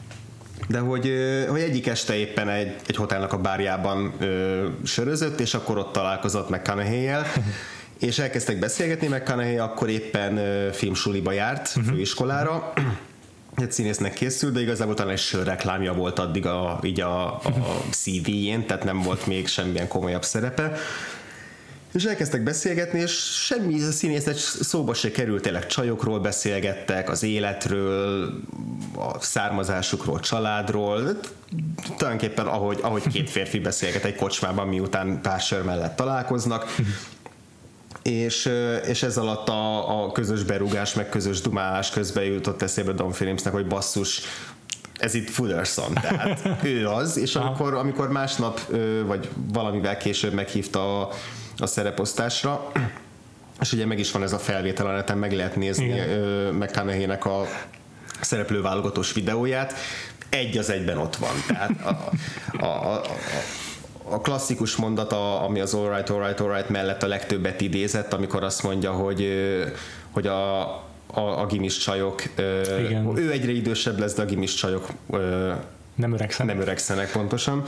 De hogy egyik este éppen egy hotelnak a bárjában sörözött, és akkor ott találkozott McConaughey-jel, és elkezdtek beszélgetni. McConaughey akkor éppen filmsuliba járt, főiskolára, egy színésznek készült, de igazából talán egy sörreklámja volt addig így a CV-jén, tehát nem volt még semmilyen komolyabb szerepe. És elkezdtek beszélgetni, és semmi színészet szóba se került, tényleg csajokról beszélgettek, az életről, a származásukról, családról, tulajdonképpen ahogy két férfi beszélget egy kocsmában, miután pár sör mellett találkoznak, és ez alatt a közös berúgás, meg közös dumálás közben jutott eszébe Don Phillipsnek, hogy basszus, ez itt Wooderson, tehát ő az, és amikor másnap, vagy valamivel később meghívta a szereposztásra, és ugye meg is van ez a felvétel, a neten meg lehet nézni McConaughey-nek a szereplőválogatós videóját, egy az egyben ott van, tehát a klasszikus mondata, ami az all right mellett a legtöbbet idézett, amikor azt mondja, hogy a gimis csajok, ő egyre idősebb lesz, de a gimis csajok nem öregszenek pontosan.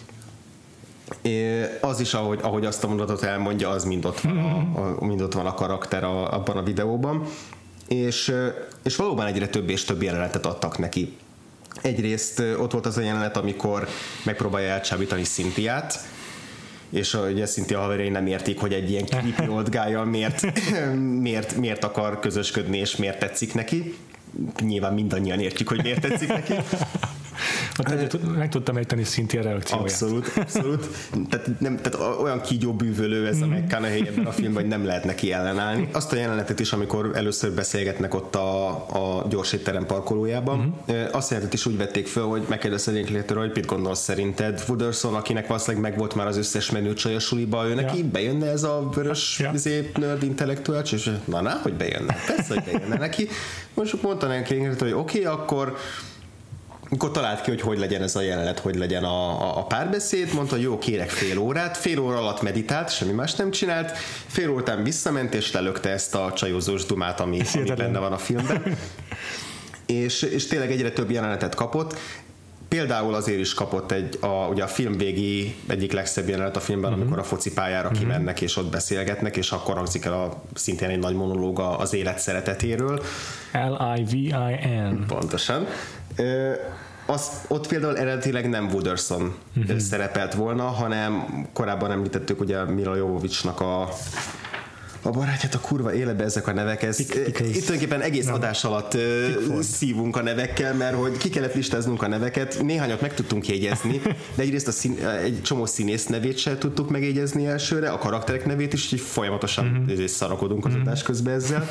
Az is, ahogy azt a mondatot elmondja, az mind ott van a karakter abban a videóban, és valóban egyre több és több jelenetet adtak neki. Egyrészt ott volt az a jelenet, amikor megpróbálja elcsábítani Cynthiát, és ugye Cynthia haverjai nem értik, hogy egy ilyen creepy old guy-jal miért akar közösködni, és miért tetszik neki. Nyilván mindannyian értjük, hogy miért tetszik neki. Meg tudtam érteni Cynthia reakcióját. Abszolút. Tehát olyan kígyó bűvölő ez a McConaughey ebben a filmben, hogy nem lehet neki ellenállni. Azt a jelenetet is, amikor először beszélgetnek ott a gyorsétterem parkolójában, azt jelenetet is úgy vették föl, hogy megkérdezte Linklater, hogy mit gondolsz szerinted Wooderson, akinek valószínűleg megvolt már az összes menő csaj a suliba, ő neki bejönne ez a vörös nerd intellektuális, és hogy bejönne. Persze, hogy bejönne neki. Most mondta neki, hogy oké, akkor talált ki, hogy legyen ez a jelenet, hogy legyen a párbeszéd, mondta, hogy jó, kérek fél órát, fél óra alatt meditált, semmi más nem csinált, fél óra után visszament, és lelökte ezt a csajozós dumát, ami benne van a filmben. és tényleg egyre több jelenetet kapott, például azért is kapott ugye a film végi egyik legszebb jelenet a filmben, amikor a focipályára kimennek, és ott beszélgetnek, és akkor hangzik el szintén egy nagy monológ az élet szeretetéről. Livin. Pontosan. Ott például eredetileg nem Wooderson szerepelt volna, hanem korábban említettük ugye Milla Jovovicsnak a barátját a kurva életbe ezek a nevek, itt tulajdonképpen egész adás alatt szívunk a nevekkel, mert hogy ki kellett listáznunk a neveket, néhányat meg tudtunk jegyezni, de egyrészt egy csomó színész nevét sem tudtuk megjegyezni elsőre, a karakterek nevét is, így folyamatosan szarakodunk az adás közben ezzel.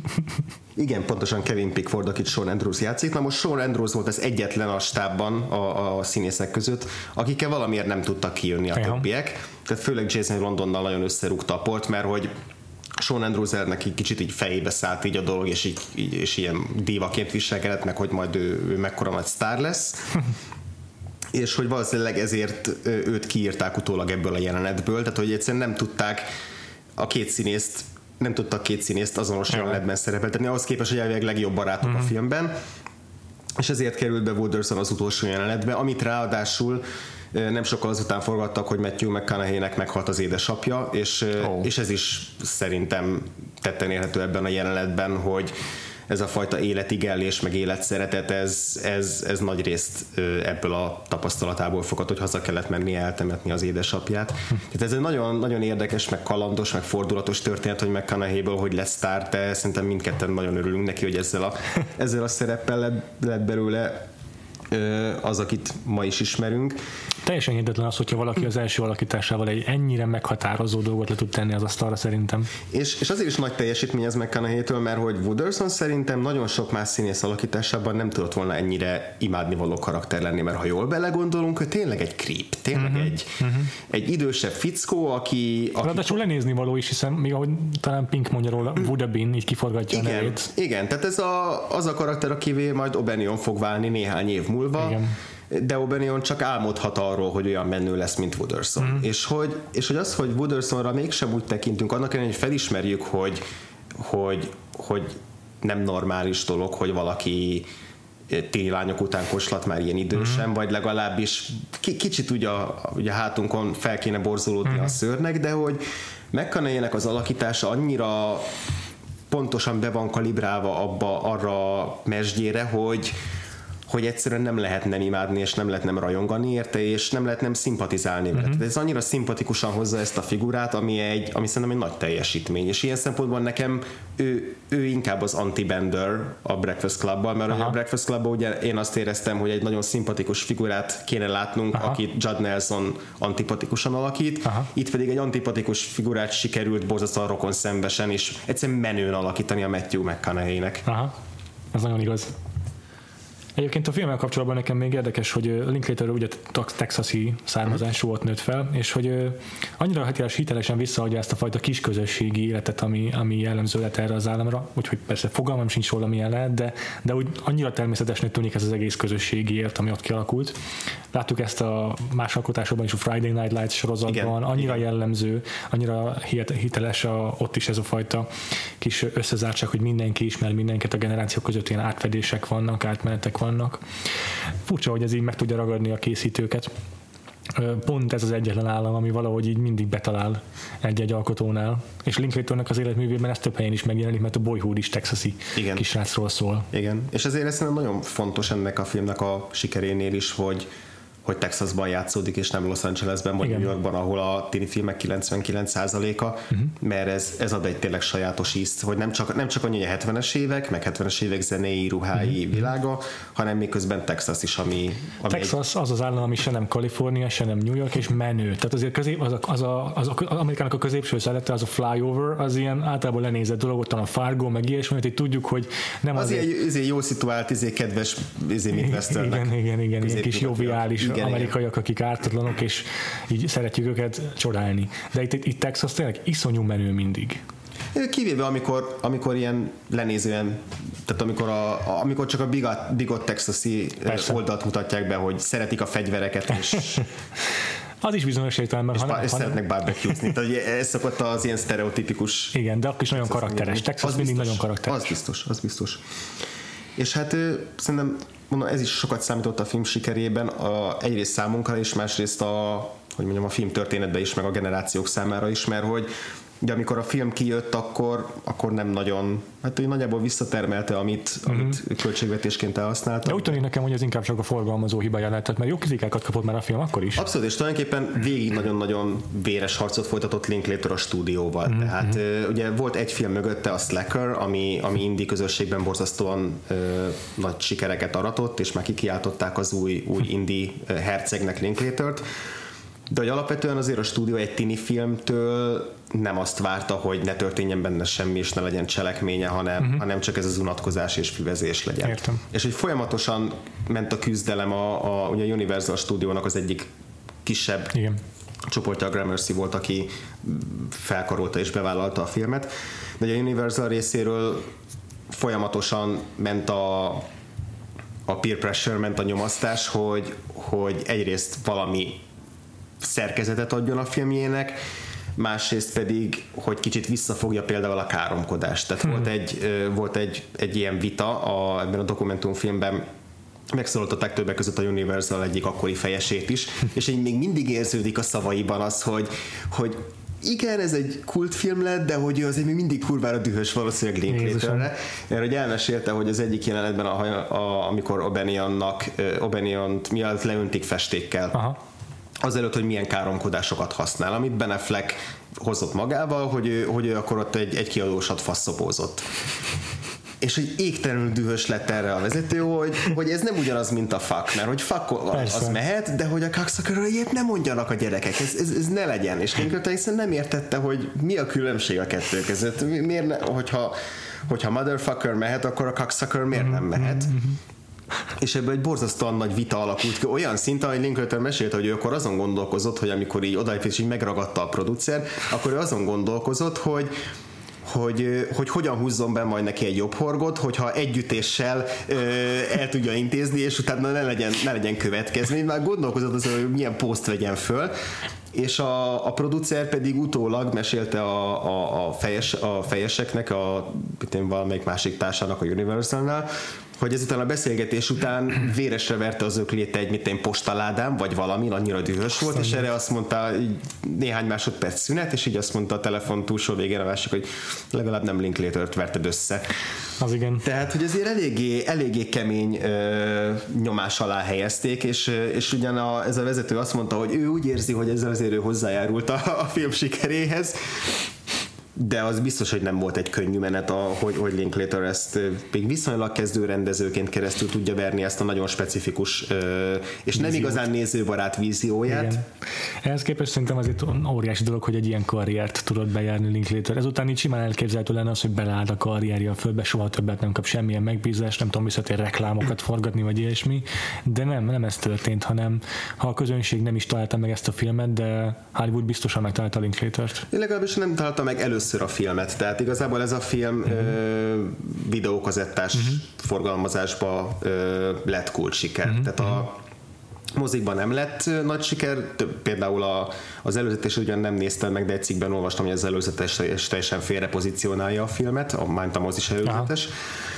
Igen, pontosan Kevin Pickford, akit Shawn Andrews játszik. Na most Shawn Andrews volt az egyetlen a stábban a színészek között, akikkel valamiért nem tudtak kijönni a többiek. Tehát főleg Jason Londonnal nagyon összerúgta a port, mert hogy Shawn Andrews-nek egy kicsit így fejébe szállt így a dolog, és ilyen dívaként viselkedett, meg hogy majd ő mekkora nagy sztár lesz. És hogy valószínűleg ezért őt kiírták utólag ebből a jelenetből, tehát hogy egyszerűen nem tudtak két színészt azonos jelenetben szerepeltetni, ahhoz képest, hogy elvileg legjobb barátok a filmben, és ezért került be Wooderson az utolsó jelenetbe, amit ráadásul nem sokkal azután forgattak, hogy Matthew McConaughey-nek meghalt az édesapja, és ez is szerintem tetten érhető ebben a jelenetben, hogy ez a fajta életigellés, meg életszeretet, ez nagy részt ebből a tapasztalatából fogad, hogy haza kellett menni eltemetni az édesapját. Tehát ez egy nagyon, nagyon érdekes, meg kalandos, meg fordulatos történet, hogy McConaughey-ből hogy lesz sztár, de szerintem mindketten nagyon örülünk neki, hogy ezzel a szereppel lett belőle az, akit ma is ismerünk. Teljesen hihetetlen az, hogyha valaki az első alakításával egy ennyire meghatározó dolgot le tud tenni az asztalra szerintem. És azért is nagy teljesítmény ez McConaughey-től, mert hogy Wooderson szerintem nagyon sok más színész alakításában nem tudott volna ennyire imádnivaló karakter lenni, mert ha jól belegondolunk, hogy tényleg egy creep, tényleg egy idősebb fickó, aki ráadásul lenézni való is, hiszen még ahogy talán Pink mondja róla, would have been, így kiforgatja a nevét. Igen, tehát ez az a karakter, akivé majd O'Banion fog válni néhány év múlva. Igen. De O'Banion csak álmodhat arról, hogy olyan menő lesz, mint Wooderson. És hogy az, hogy Woodersonra mégsem úgy tekintünk, annak ellenére, hogy felismerjük, hogy nem normális dolog, hogy valaki téli lányok után koslat már ilyen idősen, vagy legalábbis kicsit ugye a hátunkon fel kéne borzolódni a szőrnek, de hogy McConaughey-nek az alakítása annyira pontosan be van kalibrálva arra a mesdjére, hogy egyszerűen nem lehet nem imádni, és nem lehet nem rajongani érte, és nem lehet nem szimpatizálni vele. Ez annyira szimpatikusan hozza ezt a figurát, ami szerintem egy nagy teljesítmény. És ilyen szempontból nekem ő inkább az anti-Bender a Breakfast Clubban, mert a Breakfast Clubban ugye én azt éreztem, hogy egy nagyon szimpatikus figurát kéne látnunk, akit Judd Nelson antipatikusan alakít. Itt pedig egy antipatikus figurát sikerült borzasztóan rokon szembesen, és egyszerűen menőn alakítani a Matthew McConaughey-nek. Ez nagyon igaz. Egyébként a filmmel kapcsolatban nekem még érdekes, hogy Linklater ugye texasi származású ott nőtt fel, és hogy annyira hitelesen visszaadja ezt a fajta kis közösségi életet, ami jellemző lett erre az államra, úgyhogy persze fogalmam sincs róla, milyen lehet, de úgy annyira természetesnek tűnik ez az egész közösségi élet, ami ott kialakult. Láttuk ezt a más alkotásokban is, a Friday Night Lights sorozatban, annyira jellemző, annyira hiteles ott is ez a fajta kis összezártság, hogy mindenki ismer mindenkit, a generációk között ilyen átfedések vannak, átmenetek vannak. Furcsa, hogy ez így meg tudja ragadni a készítőket. Pont ez az egyetlen állam, ami valahogy így mindig betalál egy-egy alkotónál. És Linklaternek az életművében ez több helyen is megjelenik, mert a Boyhood is texasi kisrácról szól. Igen, és ezért ez nagyon fontos ennek a filmnek a sikerénél is, hogy Texasban játszódik, és nem Los Angelesben, vagy New Yorkban, ahol a tini filmek 99%-a, mert ez ad egy tényleg sajátos ízt, hogy nem csak annyi a 70-es évek, meg 70-es évek zenei, ruhái világa, hanem miközben Texas is, ami Texas az az állam, ami se nem Kalifornia, se nem New York, és menő. Tehát azért az Amerikának a középső szelete, az a flyover, az ilyen általában lenézett dolog, ott a Fargo, meg ilyesmi, hogy tudjuk, hogy nem az egy jó szituált, kedves Midwesternek. Igen, ilyen kis joviális amerikaiak, akik ártatlanok, és így szeretjük őket csodálni. De itt Texas tényleg iszonyú menő mindig. Kivéve amikor ilyen lenézően, tehát amikor csak a bigot texasi oldalt mutatják be, hogy szeretik a fegyvereket, és az is bizonyos értelemben. És szeretnek barbecue-zni. Tehát ez szokott az ilyen sztereotipikus. Igen, de akkor is nagyon karakteres. Texas mindig nagyon karakteres. Az biztos. És hát szerintem mondom, ez is sokat számított a film sikerében, egyrészt számunkra és másrészt a film történetben is, meg a generációk számára is, mert hogy de amikor a film kijött, akkor nem nagyon, hát úgy nagyjából visszatermelte, amit költségvetésként elhasználta. De úgy tűnik nekem, hogy ez inkább csak a forgalmazó hibája lehetett, mert jó kritikákat kapott már a film akkor is. Abszolút, és tulajdonképpen végig nagyon-nagyon véres harcot folytatott Linklater a stúdióval. Tehát ugye volt egy film mögötte, a Slacker, ami indie közösségben borzasztóan nagy sikereket aratott, és már kikiáltották az új indie hercegnek Linklatert. De hogy alapvetően azért a stúdió egy tini filmtől nem azt várta, hogy ne történjen benne semmi, és ne legyen cselekménye, hanem csak ez az unatkozás és füvezés legyen. Értem. És hogy folyamatosan ment a küzdelem ugye a Universal stúdiónak az egyik kisebb csoportja, a Gramercy volt, aki felkarolta és bevállalta a filmet. De a Universal részéről folyamatosan ment a peer pressure, ment a nyomasztás, hogy egyrészt valami szerkezetet adjon a filmjének, másrészt pedig, hogy kicsit visszafogja például a káromkodást. Tehát volt egy ilyen vita ebben a dokumentumfilmben, megszólaltatták többek között a Universal egyik akkori fejesét is, és így még mindig érződik a szavaiban az, hogy igen, ez egy kultfilm lett, de hogy ő azért még mindig kurvára dühös valószínűleg Linklaterre, mert hogy elmesélte, hogy az egyik jelenetben, amikor O'Baniont miatt leöntik festékkel, azelőtt, hogy milyen káromkodásokat használ, amit Ben Affleck hozott magával, hogy ő akkor ott egy kiadósat faszopózott. És hogy égtelenül dühös lett erre a vezető, hogy ez nem ugyanaz, mint a fuck, mert hogy fuck az mehet, de hogy a cocksuckerről ilyet nem mondjanak a gyerekek, ez ne legyen. És Linklater egyszerűen nem értette, hogy mi a különbség a kettő között. Miért hogyha motherfucker mehet, akkor a cocksucker miért nem mehet? És ebből egy borzasztóan nagy vita alakult ki, olyan szinten, hogy Linklater mesélte, hogy ő akkor azon gondolkozott, hogy amikor így odaért és így megragadta a producer, akkor ő azon gondolkozott, hogy hogyan húzzon be majd neki egy jobb horgot, hogyha együttéssel el tudja intézni, és utána ne legyen következmény. Már gondolkozott azon, hogy milyen poszt vegyen föl, és a producer pedig utólag mesélte a fejeseknek, valamelyik másik társának a Universalnál, hogy ezután a beszélgetés után véresre verte az öklét egy postaládám, vagy valami, annyira dühös volt, és erre azt mondta néhány másodperc szünet, és így azt mondta a telefon túlsó végén a másik, hogy legalább nem Linklatert verted össze. Az igen. Tehát, hogy azért eléggé kemény nyomás alá helyezték, és ugyan ez a vezető azt mondta, hogy ő úgy érzi, hogy ezzel azért ő hozzájárult a film sikeréhez, de az biztos, hogy nem volt egy könnyű menet, hogy Linklater ezt még viszonylag kezdő rendezőként keresztül tudja verni ezt a nagyon specifikus és nem igazán nézőbarát vízióját. Igen. Ehhez képest szerintem az itt óriási dolog, hogy egy ilyen karriert tudott bejárni Linklater. Ezután így simán elképzelhető lenne az, hogy beleállt a karrierje a földbe, soha többet nem kap semmilyen megbízást, nem tudom, visszatér reklámokat forgatni, vagy ilyesmi, de nem ez történt, hanem ha a közönség nem is találta meg ezt a filmet, de Hollywood biztosan megtalálta Linklatert. Én legalábbis nem találta meg először a filmet, tehát igazából ez a film videókazettás forgalmazásba lett kulcssiker. Tehát a mozikban nem lett nagy siker, például az előzetes ugyan nem néztem meg, de egy cikkben olvastam, hogy az előzetes teljesen félre pozícionálja a filmet, a mozis előzetes.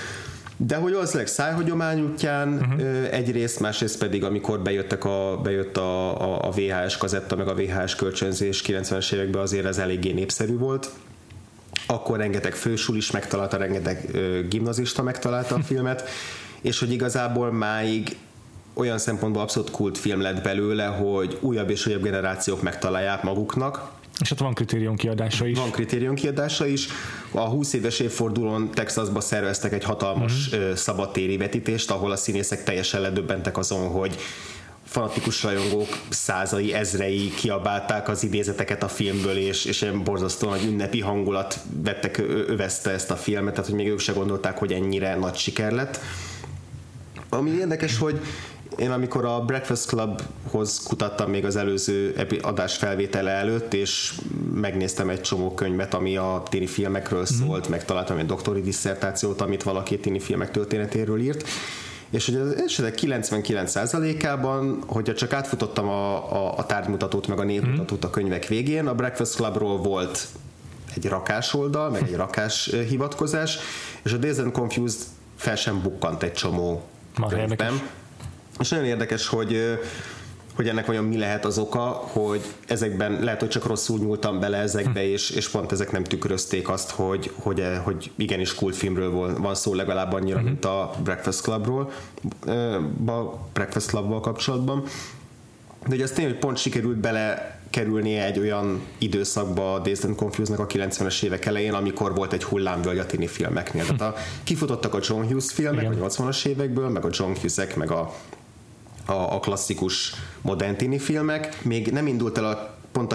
De hogy valószínűleg szájhagyomány útján egyrészt, másrészt pedig amikor bejött a VHS kazetta, meg a VHS kölcsönzés 90-es években, azért ez eléggé népszerű volt. Akkor rengeteg fősulis megtalálta, rengeteg gimnazista megtalálta a filmet, és hogy igazából máig olyan szempontból abszolút kultfilm lett belőle, hogy újabb és újabb generációk megtalálják maguknak. És ott van kritériumkiadása is. Van kritériumkiadása is. A 20 éves évfordulón Texasba szerveztek egy hatalmas szabadtéri vetítést, ahol a színészek teljesen ledöbbentek azon, hogy fanatikus rajongók százai, ezrei kiabálták az idézeteket a filmből, és ilyen borzasztóan nagy ünnepi hangulat övezte ezt a filmet, tehát hogy még ők se gondolták, hogy ennyire nagy siker lett. Ami érdekes, hogy én amikor a Breakfast Clubhoz kutattam még az előző adás felvétele előtt, és megnéztem egy csomó könyvet, ami a tini filmekről szólt, megtaláltam egy doktori disszertációt, amit valaki tini filmek történetéről írt, és hogy az esetek 99%-ában, hogyha csak átfutottam a tárgymutatót meg a névmutatót a könyvek végén, a Breakfast Clubról volt egy rakás oldal, meg egy rakás hivatkozás, és a Dazed and Confused fel sem bukkant egy csomó könyvben. És nagyon érdekes, hogy hogy ennek vajon mi lehet az oka, hogy ezekben lehet, hogy csak rosszul nyúltam bele ezekbe, és pont ezek nem tükrözték azt, hogy igenis kultfilmről van szó legalább annyira, mint a Breakfast Clubról, Breakfast Clubval kapcsolatban. De hogy az tényleg, hogy pont sikerült belekerülnie egy olyan időszakba a Dazed and Confused-nak a 90-es évek elején, amikor volt egy hullámvölgy a tini filmeknél. Tehát kifutottak a John Hughes filmek a 80-as évekből, meg a John Hughes-ek, meg a klasszikus modern tini filmek. Még nem indult el pont a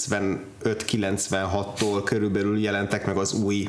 95-96-tól körülbelül jelentek meg az új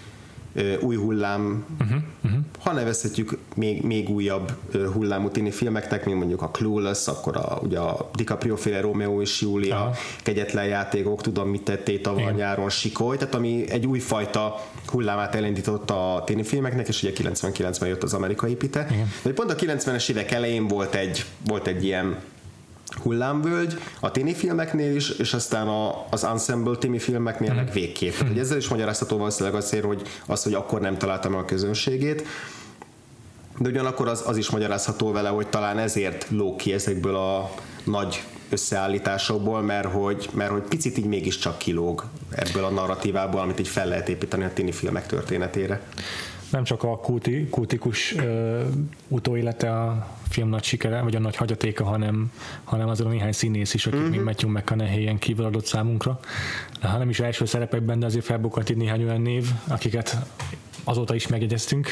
hullám, ha nevezhetjük még újabb hullámú tini filmeknek, mint mondjuk a Clueless, akkor ugye a DiCaprio-féle Romeo és Julia, Kegyetlen játékok, tudom mit tettél tavaly nyáron, Sikoly, tehát ami egy újfajta hullámát elindított a tini filmeknek, és ugye 99-ben jött az amerikai pite. De pont a 90-es évek elején volt egy ilyen hullámvölgy a tini filmeknél is, és aztán az ensemble tini filmeknél meg végképp. Tehát, ezzel is magyarázható valószínűleg azért, hogy akkor nem találtam a közönségét, de ugyanakkor az is magyarázható vele, hogy talán ezért lóg ki ezekből a nagy összeállításokból, mert hogy picit így mégiscsak kilóg ebből a narratívából, amit így fel lehet építeni a tini filmek történetére. Nem csak a kultikus utóélete a film nagy sikere, vagy a nagy hagyatéka, hanem azon a néhány színész is, akik még Matthew McConaughey-en kívül adott számunkra. Ha nem is első szerepekben, de azért felbukkant itt néhány olyan név, akiket azóta is megjegyeztünk.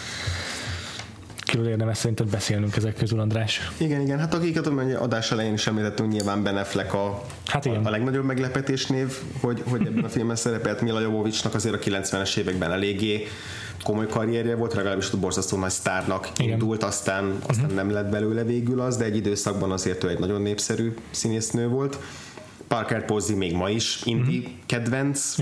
Kiről érdemes szerinted beszélnünk ezek közül, András? Igen, hát akiket adás elején is említettünk, nyilván Ben Affleck a legnagyobb meglepetés név, hogy ebben a filmben szerepelt. Mila Jovovicsnak azért a 90-es években eléggé komoly karrierje volt, legalábbis borzasztó nagy sztárnak indult, aztán nem lett belőle végül az, de egy időszakban azért ő egy nagyon népszerű színésznő volt. Parker Posey még ma is indie kedvenc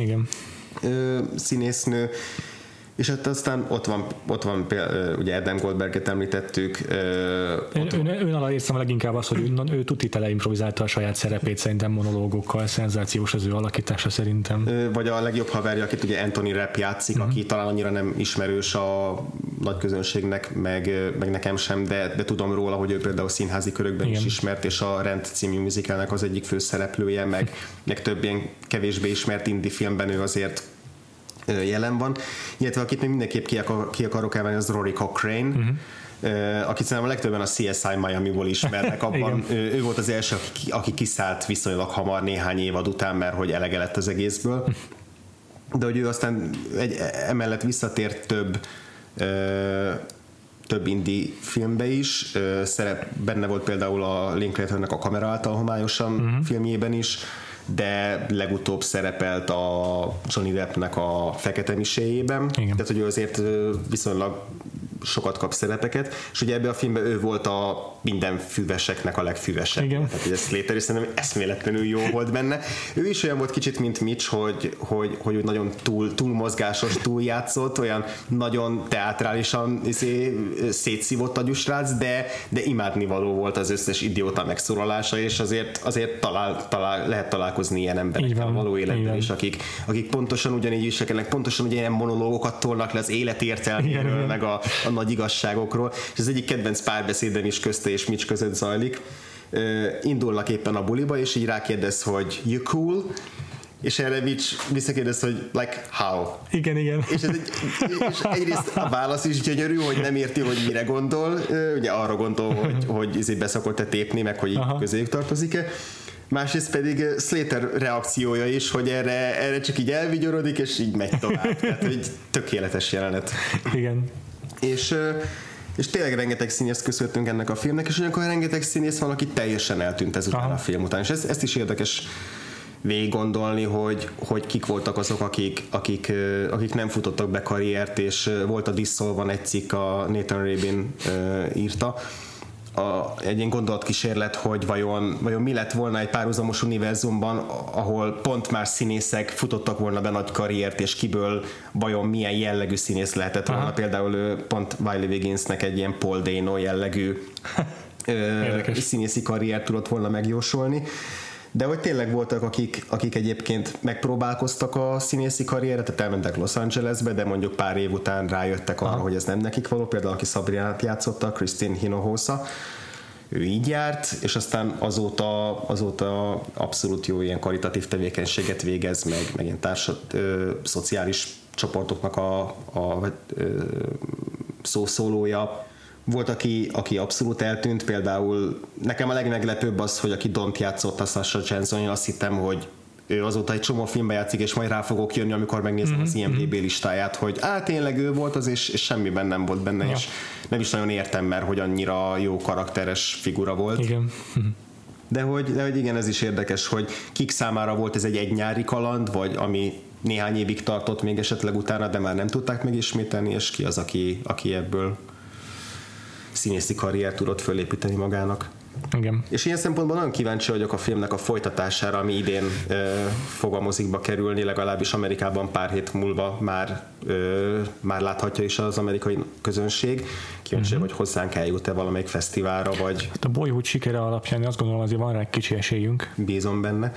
színésznő, és hát aztán ott van ugye Adam Goldberget említettük. Ön alá érzem leginkább az, hogy ő tuti improvizálta a saját szerepét, szerintem monológokkal, szenzációs az ő alakítása szerintem. Vagy a legjobb haverja, akit ugye Anthony Rapp játszik, aki talán annyira nem ismerős a nagy közönségnek, meg nekem sem, de tudom róla, hogy ő például színházi körökben is ismert, és a Rent című musicalnek az egyik főszereplője, meg több ilyen kevésbé ismert indie filmben ő azért jelen van. Illetve akit még mindenképp ki akarok emelni, az Rory Cochrane, akit szerintem a legtöbben a CSI Miami-ból ismernek. Abban ő volt az első, aki kiszállt viszonylag hamar néhány évad után, mert hogy elege lett az egészből. De hogy ő aztán emellett visszatért több indie filmbe is. Benne volt például a Linklaternek a Kamera által homályosan filmjében is, de legutóbb szerepelt a Johnny Deppnek a Fekete Miséjében, tehát hogy ő azért viszonylag sokat kap szerepeket, és ugye ebben a filmben ő volt a minden füveseknek a legfüvesebb. Tehát ugye Slater is szerintem eszméletlenül jó volt benne. Ő is olyan volt kicsit, mint Mitch, hogy nagyon túl mozgásos, túl játszott, olyan nagyon teátrálisan szétszívott agyú srác, de imádnivaló volt az összes idióta megszólalása, és azért lehet találkozni ilyen emberekkel a való életben is, akik pontosan ugyanígy viselkednek, pontosan ugyanilyen monológokat tolnak le az élet értelméről, meg a nagy igazságokról, és az egyik kedvenc párbeszédben is közte és Mitch között zajlik. Indulnak éppen a buliba, és így rákérdez, hogy you cool? És erre Mitch visszakérdez, hogy like how? Igen. És egyrészt a válasz is gyönyörű, hogy nem érti, hogy mire gondol, ugye arra gondol, hogy beszokott-e tépni, meg hogy így közéjük tartozik-e. Másrészt pedig Slater reakciója is, hogy erre csak így elvigyorodik, és így megy tovább. Tehát egy tökéletes jelenet. Igen. És tényleg rengeteg színészt köszönhetünk ennek a filmnek, és ugyanakkor rengeteg színész van, aki teljesen eltűnt ezután a film után. És ezt is érdekes végig gondolni, hogy kik voltak azok, akik nem futottak be karriert, és volt a Dissolve-ban egy cikk, a Nathan Rabin írta, egy ilyen gondolatkísérlet, hogy vajon mi lett volna egy párhuzamos univerzumban, ahol pont más színészek futottak volna be nagy karriert, és kiből vajon milyen jellegű színész lehetett volna. Például pont Wiley Wigginsnek egy ilyen Paul Dano jellegű színészi karriert tudott volna megjósolni. De hogy tényleg voltak, akik egyébként megpróbálkoztak a színészi karrierre, tehát elmentek Los Angelesbe, de mondjuk pár év után rájöttek arra, hogy ez nem nekik való. Például aki Sabrinát játszotta, Christine Hinojosa, ő így járt, és aztán azóta abszolút jó ilyen karitatív tevékenységet végez, meg ilyen szociális csoportoknak a szószólója. Volt, aki abszolút eltűnt, például nekem a legmeglepőbb az, hogy aki Dont játszott, a Sasha Jenson, azt hittem, hogy ő azóta egy csomó filmbe játszik, és majd rá fogok jönni, amikor megnézem az IMDb listáját, hogy tényleg ő volt az, és semmiben nem volt benne, és nem is nagyon értem, mert hogy annyira jó karakteres figura volt. Igen. De hogy igen, ez is érdekes, hogy kik számára volt ez egy nyári kaland, vagy ami néhány évig tartott még esetleg utána, de már nem tudták megismételni, és ki az, aki ebből színészi karriert tudott fölépíteni magának. Igen. És ilyen szempontból nagyon kíváncsi vagyok a filmnek a folytatására, ami idén fog a mozikba kerülni, legalábbis Amerikában pár hét múlva már láthatja is az amerikai közönség. Kíváncsi, hogy hozzánk eljut-e valamelyik fesztiválra, vagy... Hát a Boyhood sikere alapján azt gondolom, azért van rá egy kicsi esélyünk. Bízom benne.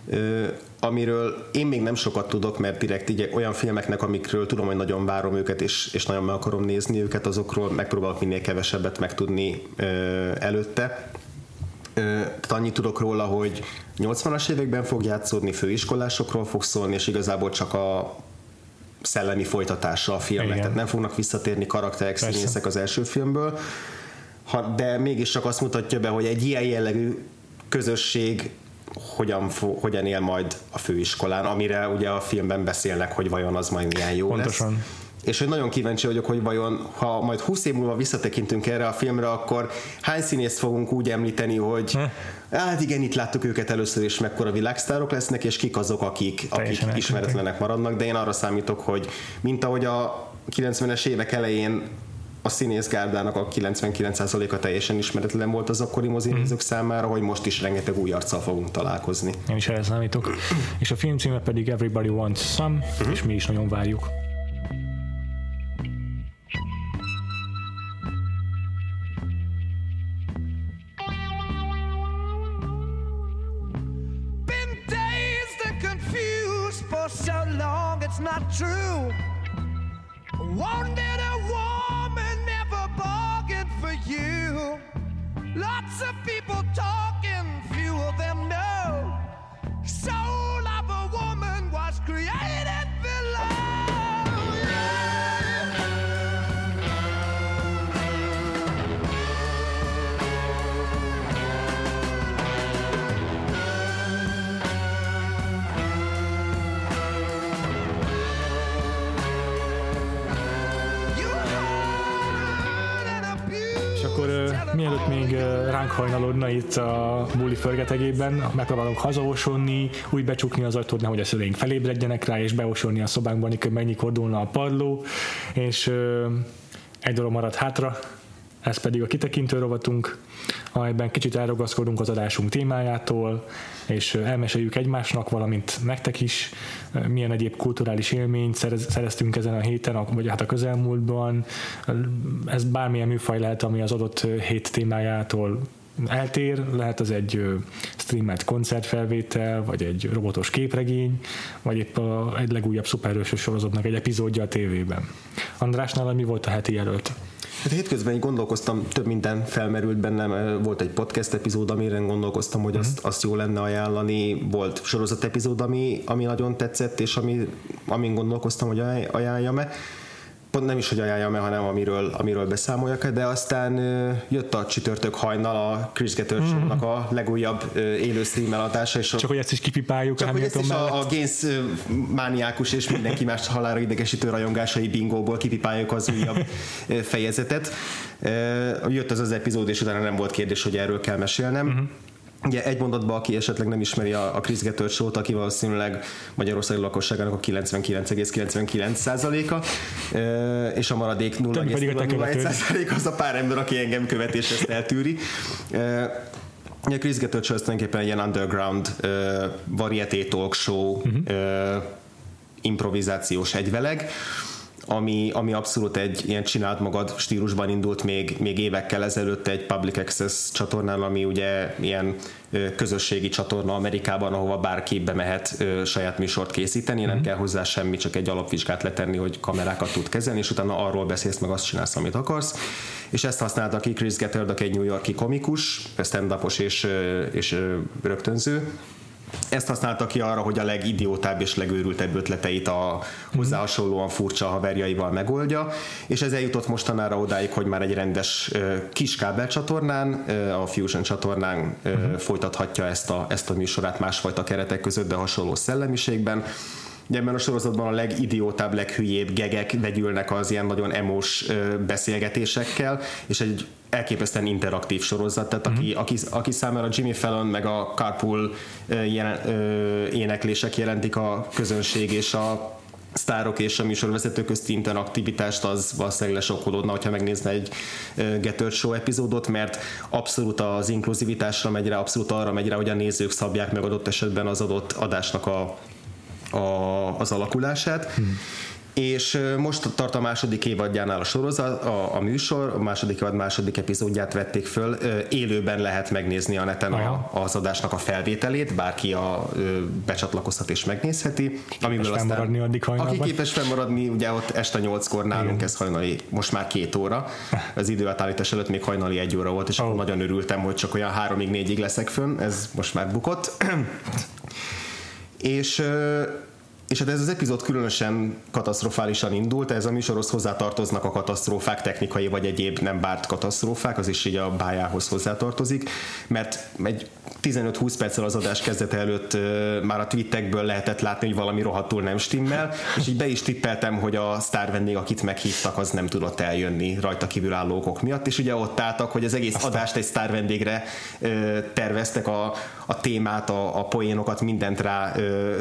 Amiről én még nem sokat tudok, mert direkt így olyan filmeknek, amikről tudom, hogy nagyon várom őket, és nagyon meg akarom nézni őket, azokról megpróbálok minél kevesebbet megtudni előtte. Tehát annyit tudok róla, hogy 80-as években fog játszódni, főiskolásokról fog szólni, és igazából csak a szellemi folytatása a filmnek, igen. Tehát nem fognak visszatérni karakterek, színészek az első filmből, de mégiscsak azt mutatja be, hogy egy ilyen jellegű közösség hogyan él majd a főiskolán, amire ugye a filmben beszélnek, hogy vajon az majd milyen jó pontosan lesz. És hogy nagyon kíváncsi vagyok, hogy vajon, ha majd 20 év múlva visszatekintünk erre a filmre, akkor hány színészt fogunk úgy említeni, hogy hát igen, itt láttuk őket először, és mekkora világsztárok lesznek, és kik azok, akik ismeretlenek maradnak, de én arra számítok, hogy mint ahogy a 90-es évek elején a színészgárdának a 99%-a teljesen ismeretlen volt az akkori mozinézők számára, hogy most is rengeteg új arccal fogunk találkozni. Én is erre számítok. És a film címe pedig Everybody Wants Some, és mi is nagyon várjuk. Been dazed and confused for so long it's not true. Wanted a woman, never bargained for you. Lots of people talking, few of them know. Soul of a woman was created below. Akkor mielőtt még ránk hajnalodna itt a buli förgetegében, megpróbálunk hazaosonni, úgy becsukni az ajtót, nehogy a szüleink felébredjenek rá, és beosolni a szobánkban, amikor megnyikordulna a padló, és egy dolog marad hátra, ez pedig a kitekintő rovatunk, amelyben kicsit elragaszkodunk az adásunk témájától, és elmeséljük egymásnak, valamint nektek is, milyen egyéb kulturális élményt szereztünk ezen a héten, vagy hát a közelmúltban. Ez bármilyen műfaj lehet, ami az adott hét témájától eltér, lehet az egy streamelt koncertfelvétel, vagy egy robotos képregény, vagy épp egy legújabb szuperhősös sorozatnak egy epizódja a tévében. Andrásnál mi volt a heti jelölt? Hát hétközben így gondolkoztam, több minden felmerült bennem, volt egy podcast epizód, amire gondolkoztam, hogy azt jó lenne ajánlani, volt sorozat epizód, ami nagyon tetszett, és amin gondolkoztam, hogy ajánljam-e. Pont nem is, hogy ajánljam-e, hanem amiről beszámoljak, de aztán jött a csütörtök hajnal a Chris Gether Show-nak a legújabb élő streamel adása. És csak hogy ezt is kipipáljuk. Csak hogy ezt is a Gaines mániákus és mindenki más halálra idegesítő rajongásai bingóból kipipáljuk az újabb fejezetet. Jött az epizód, és utána nem volt kérdés, hogy erről kell mesélnem. Ugye egy mondatban, aki esetleg nem ismeri a Chris Gether Show-t, aki valószínűleg Magyarország lakosságának a 99,99%-a, és a maradék 0,01% az a pár ember, aki engem követ és ezt eltűri. A Chris Gether Show tulajdonképpen egy ilyen underground varieté talk show, improvizációs egyveleg, ami abszolút egy ilyen csináld magad stílusban indult még évekkel ezelőtt egy public access csatornán, ami ugye ilyen közösségi csatorna Amerikában, ahova bárki bemehet saját műsort készíteni, nem kell hozzá semmi, csak egy alapvizsgát letenni, hogy kamerákat tud kezelni, és utána arról beszélsz, meg azt csinálsz, amit akarsz. És ezt használta ki Chris Gethard, aki egy New York-i komikus, stand-upos és rögtönző. Ezt használta ki arra, hogy a legidiótább és legőrültebb ötleteit a hozzá hasonlóan furcsa haverjaival megoldja, és ez eljutott mostanára odáig, hogy már egy rendes kis kábelcsatornán, a Fusion csatornán folytathatja ezt a műsorát másfajta keretek között, de hasonló szellemiségben. Ugye ebben a sorozatban a legidiótább, leghülyébb gegek vegyülnek az ilyen nagyon emos beszélgetésekkel, és egy elképesztően interaktív sorozat, tehát aki számára Jimmy Fallon meg a Carpool éneklések jelentik a közönség és a sztárok és a műsorvezető közti interaktivitást, az valószínűleg lesokkolódna, hogyha megnézne egy Gethard Show epizódot, mert abszolút az inkluzivitásra megy rá, abszolút arra megy rá, hogy a nézők szabják meg adott esetben az adott adásnak az alakulását. És most tart a második évadjánál a sorozat, a műsor, a második évad második epizódját vették föl, élőben lehet megnézni a neten az adásnak a felvételét, bárki becsatlakozhat és megnézheti. Képes fennmaradni addig hajnalban. Aki képes fennmaradni, ugye ott este 8-kor nálunk ez hajnali, most már 2 óra, az időátállítás előtt még hajnali 1 óra volt, és akkor nagyon örültem, hogy csak olyan 3-4-ig leszek fönn, ez most már bukott. És hát ez az epizód különösen katasztrofálisan indult, ez a műsorhoz hozzátartoznak a katasztrófák, technikai vagy egyéb nem bárt katasztrófák, az is így a bájához hozzátartozik, mert egy 15-20 perccel az adás kezdete előtt már a tweetekből lehetett látni, hogy valami rohadtul nem stimmel, és így be is tippeltem, hogy a sztár vendég, akit meghívtak, az nem tudott eljönni rajta kívülálló okok miatt, és ugye ott álltak, hogy az egész adást egy sztár vendégre terveztek, a témát, a poénokat, mindent rá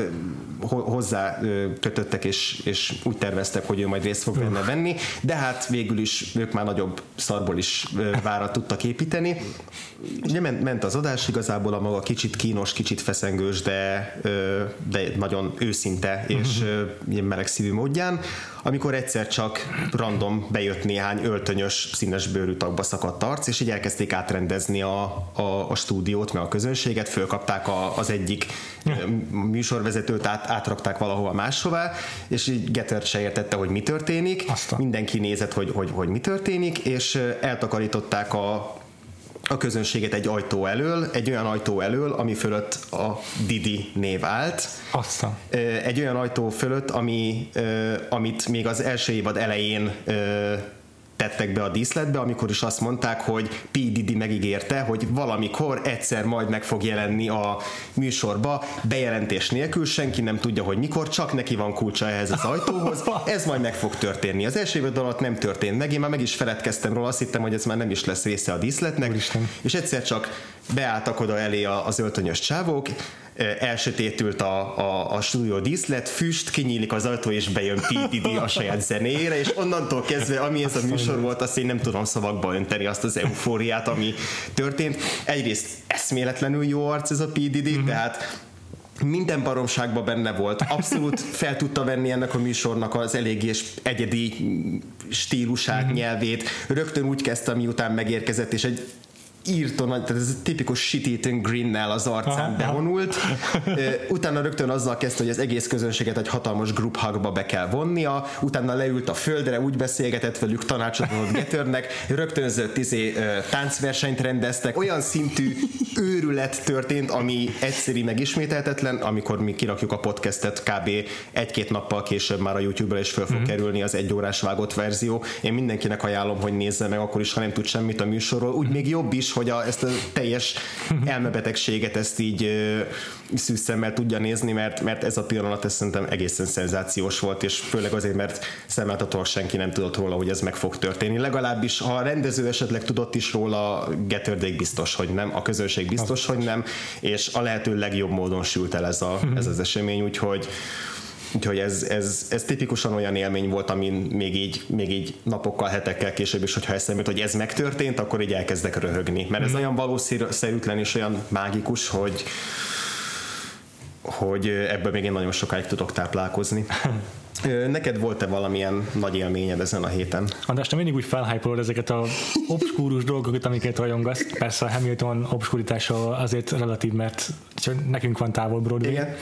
hozzá kötöttek, és úgy terveztek, hogy ő majd részt fog benne venni, de hát végül is ők már nagyobb szarból is várat tudtak építeni. Ugye ment az adás, igazából a maga kicsit kínos, kicsit feszengős, de nagyon őszinte és melegszívű módján, amikor egyszer csak random bejött néhány öltönyös, színes bőrű tagba szakadt arc, és így elkezdték átrendezni a stúdiót, meg a közönséget, fölkapták az egyik műsorvezetőt, átrakták valahova máshová, és így Gethard se értette, hogy mi történik. Mindenki nézett, hogy mi történik, és eltakarították a közönséget egy olyan ajtó elől, ami fölött a Didi név állt. Egy olyan ajtó fölött, amit még az első évad elején tettek be a díszletbe, amikor is azt mondták, hogy P. Diddy megígérte, hogy valamikor egyszer majd meg fog jelenni a műsorba, bejelentés nélkül, senki nem tudja, hogy mikor, csak neki van kulcsa ehhez az ajtóhoz, ez majd meg fog történni. Az első évad alatt nem történt meg, én már meg is feledkeztem róla, azt hittem, hogy ez már nem is lesz része a díszletnek, és egyszer csak beálltak oda elé az öltönyös csávók, elsötétült a stúdió díszlet, füst, kinyílik az ajtó, és bejön P. Diddy a saját zenéjére, és onnantól kezdve, ami ez a műsor volt, azt én nem tudom szavakba önteni, azt az eufóriát, ami történt. Egyrészt eszméletlenül jó arc ez a P. Diddy, tehát minden baromságban benne volt, abszolút fel tudta venni ennek a műsornak az eléggé egyedi stílusát, nyelvét. Rögtön úgy kezdte, miután megérkezett, és egy írtó nagy, tehát ez a tipikus shit-eating grinnel az arcán bevonult. Utána rögtön azzal kezdte, hogy az egész közönséget egy hatalmas group hugba be kell vonnia, utána leült a földre, úgy beszélgetett velük, tanácsot adott Gethardnek, rögtönzött táncversenyt rendeztek, olyan szintű őrület történt, ami egyszerű megismételhetetlen, amikor mi kirakjuk a podcastet kb. 1-2 nappal később már a YouTube-ra is föl fog kerülni az 1 órás vágott verzió. Én mindenkinek ajánlom, hogy nézze meg, akkor is, ha nem tud semmit a műsorról. Úgy még jobb is, hogy ezt a teljes elmebetegséget ezt így szűz szemmel tudja nézni, mert ez a pillanat ez szerintem egészen szenzációs volt, és főleg azért, mert szemléltetően senki nem tudott róla, hogy ez meg fog történni. Legalábbis, ha a rendező esetleg tudott is róla, Gethardék biztos, hogy nem, a közönség biztos, hogy nem, és a lehető legjobb módon sült el ez az esemény, úgyhogy ez tipikusan olyan élmény volt, amin még így napokkal, hetekkel később is, hogyha eszembe jut, hogy ez megtörtént, akkor így elkezdek röhögni. Mert ez olyan valószerűtlen és olyan mágikus, hogy ebből még én nagyon sokáig tudok táplálkozni. Neked volt-e valamilyen nagy élményed ezen a héten? András, te mindig úgy felhypolod ezeket a obskúrus dolgokat, amiket rajongasz. Persze a Hamilton obskuritása azért relatív, mert csak nekünk van távol Broadway. Igen.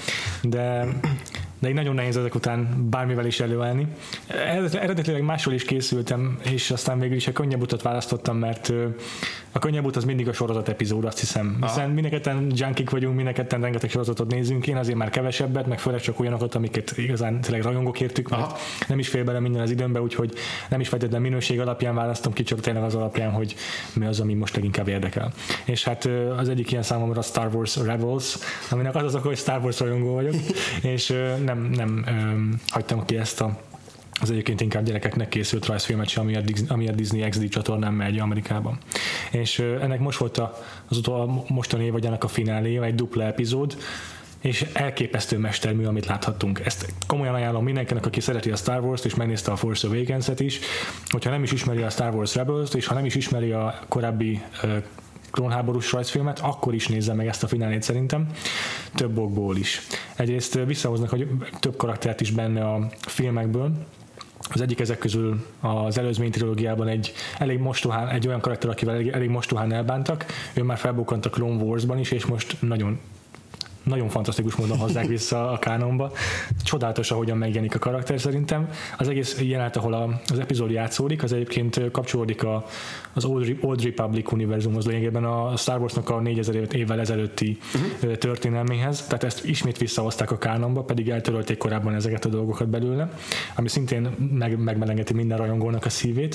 De így nagyon nehéz ezek után bármivel is előállni. Eredetileg másról is készültem, és aztán végül is a könnyebb utat választottam, mert a könnyebb ut az mindig a sorozat epizód, azt hiszem. Hiszen mindenketten junkik vagyunk, mindenketten rengeteg sorozatot nézünk, én azért már kevesebbet, meg főleg csak olyanokat, amiket igazán tényleg rajongók értük, mert nem is fél bele minden az időmbe, úgyhogy nem is feltétlenül minőség alapján választom ki, csak tényleg az alapján, hogy mi az, ami most leginkább érdekel. És hát az egyik ilyen számomra a Star Wars Rebels, aminek az oka, hogy Star Wars rajongó vagyok, és nem hagytam ki ezt az egyébként inkább gyerekeknek készült rajzfilmet sem, ami a Disney XD csatornán megy Amerikában. És ennek most volt a mostani évadjának a fináléja, egy dupla epizód, és elképesztő mestermű, amit láthattunk. Ezt komolyan ajánlom mindenkinek, aki szereti a Star Wars-t, és megnézte a Force Awakens-et is, hogyha nem is ismeri a Star Wars Rebels-t, és ha nem is ismeri a korábbi klónháborús rajzfilmet, akkor is nézze meg ezt a finálét szerintem, több okból is. Egyrészt visszahoznak, hogy több karaktert is benne a filmekből. Az egyik ezek közül az előzmény trilógiában egy olyan karakter, akivel elég mostohán elbántak, ő már felbukkant a Clone Wars-ban is, és most nagyon fantasztikus módon hozzák vissza a kánonba. Csodálatos, ahogyan megjelenik a karakter szerintem. Az egész jelenet, ahol az epizód játszódik, az egyébként kapcsolódik az Old Republic univerzumhoz, lényegében a Star Warsnak a 4000 évvel ezelőtti történelméhez. Tehát ezt ismét visszahozták a kánonba, pedig eltörölték korábban ezeket a dolgokat belőle, ami szintén megmelengeti minden rajongónak a szívét.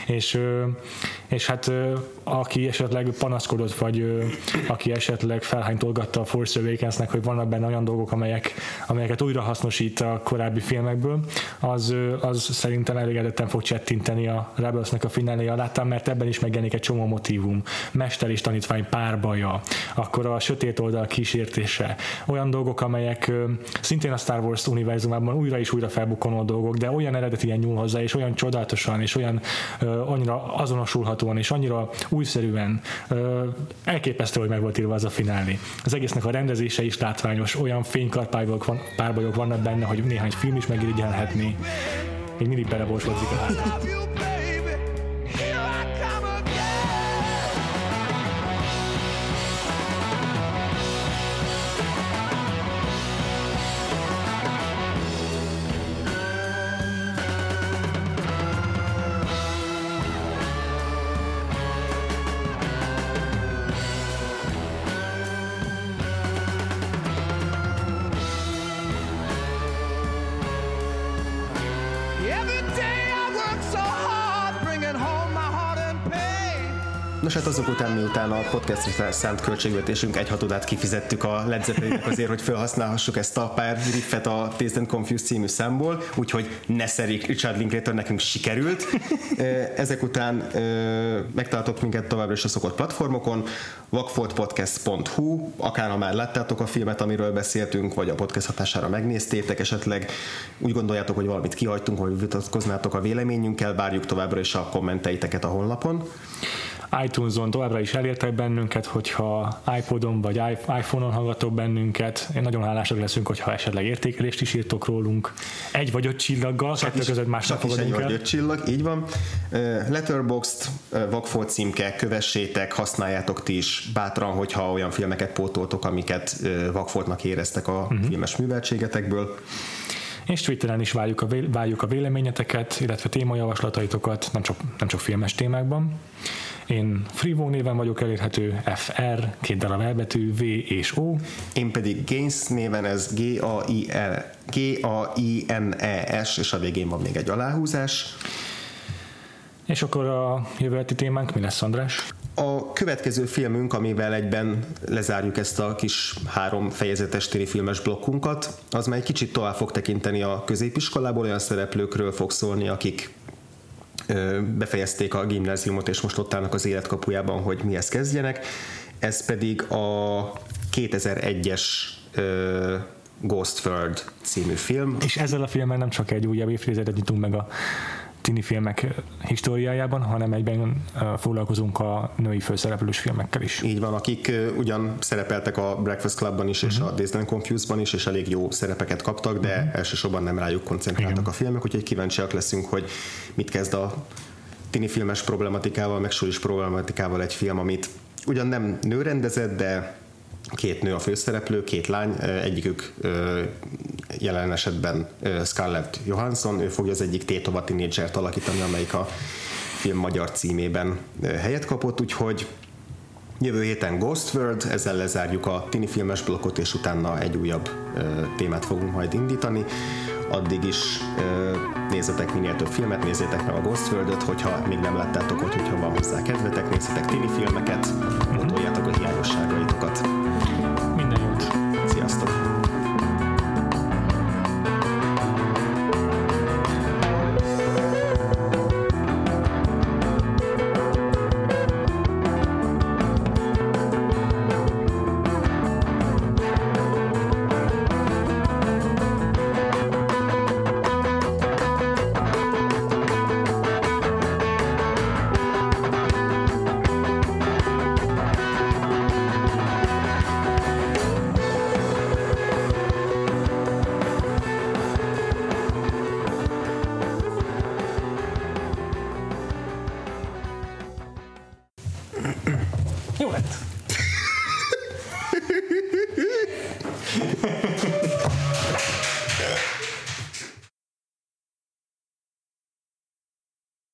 És hát aki esetleg panaszkodott, vagy aki esetleg felhánytolgatta a Force Awakens-nek, hogy vannak benne olyan dolgok, amelyeket újra hasznosít a korábbi filmekből, az szerintem elégedetten fog csettinteni a Rebelsnek a fináléja alá, mert ebben is megjelenik egy csomó motívum, mester és tanítvány párbaja, akkor a sötét oldal kísértése, olyan dolgok, amelyek szintén a Star Wars univerzumában újra és újra felbukkanó dolgok, de olyan eredetien nyúl hozzá, és olyan csodálatosan, és olyan annyira azonosulhatóan, és annyira újszerűen, elképesztő, hogy meg volt írva az a finálé. Az egésznek a rendezése is látványos, olyan fénykarpárbajok vannak benne, hogy néhány film is megirigyelhetné. Még mindig beleborsolódik a hátat. Nos, hát azok után, miután a podcastre szánt költségvetésünk 1/6-át kifizettük a Led Zeppelinnek azért, hogy felhasználhassuk ezt a pár riffet a Dazed and Confused című számból, úgyhogy ne szerik Richard Linklater, nekünk sikerült. Ezek után megtaláltok minket továbbra is a szokott platformokon, vakfoltpodcast.hu, akár ha már láttátok a filmet, amiről beszéltünk, vagy a podcast hatására megnéztétek, esetleg úgy gondoljátok, hogy valamit kihagytunk, hogy vitatkoznátok a véleményünkkel, várjuk továbbra is a kommenteiteket a honlapon. iTunes-on továbbra is elértek bennünket, hogyha iPodon vagy iPhone-on hallgatok bennünket. Én nagyon hálásak leszünk, hogyha esetleg értékelést is írtok rólunk. 1 vagy 5 csillaggal, kettő között másnak fogadunk el. 1 vagy 5 csillag, így van. Letterboxd, Vakfolt címke, kövessétek, használjátok ti is bátran, hogyha olyan filmeket pótoltok, amiket Vakfoltnak éreztek a filmes műveltségetekből. És Twitteren is várjuk a véleményeteket, illetve témajavaslataitokat, nem csak filmes témákban. Én Frivo néven vagyok elérhető, FR, 2 darab elbetű, V és O. Én pedig Gaines néven, ez G-A-I-N-E-S, és a végén van még egy aláhúzás. És akkor a jövő heti témánk mi lesz, András? A következő filmünk, amivel egyben lezárjuk ezt a kis 3 fejezetes tévéfilmes blokkunkat, az már egy kicsit tovább fog tekinteni a középiskolából, olyan szereplőkről fog szólni, akik befejezték a gimnáziumot, és most ott állnak az életkapujában, hogy mihez kezdjenek. Ez pedig a 2001-es Ghostworld című film. És ezzel a filmmel nem csak egy újabb évtizedet nyitunk meg a tini filmek históriájában, hanem egyben foglalkozunk a női főszereplős filmekkel is. Így van, akik ugyan szerepeltek a Breakfast Clubban is, és a Dazed and Confused-ban is, és elég jó szerepeket kaptak, de elsősorban nem rájuk koncentráltak a filmek, úgyhogy kíváncsiak leszünk, hogy mit kezd a tini filmes problematikával, meg sulis problematikával egy film, amit ugyan nem nő rendezett, de 2 nő a főszereplő, 2 lány, egyikük jelen esetben Scarlett Johansson, ő fogja az egyik tétova tínédzsert alakítani, amelyik a film magyar címében helyet kapott, úgyhogy jövő héten Ghost World, ezzel lezárjuk a tini filmes blokkot, és utána egy újabb témát fogunk majd indítani. Addig is nézzetek minél több filmet, nézzétek meg a Ghost World-öt, hogyha még nem láttátok ott, hogyha van hozzá kedvetek, nézzetek tini filmeket, pótoljátok a hiányosságaitokat. Minden jót! Sziasztok! Jó lett!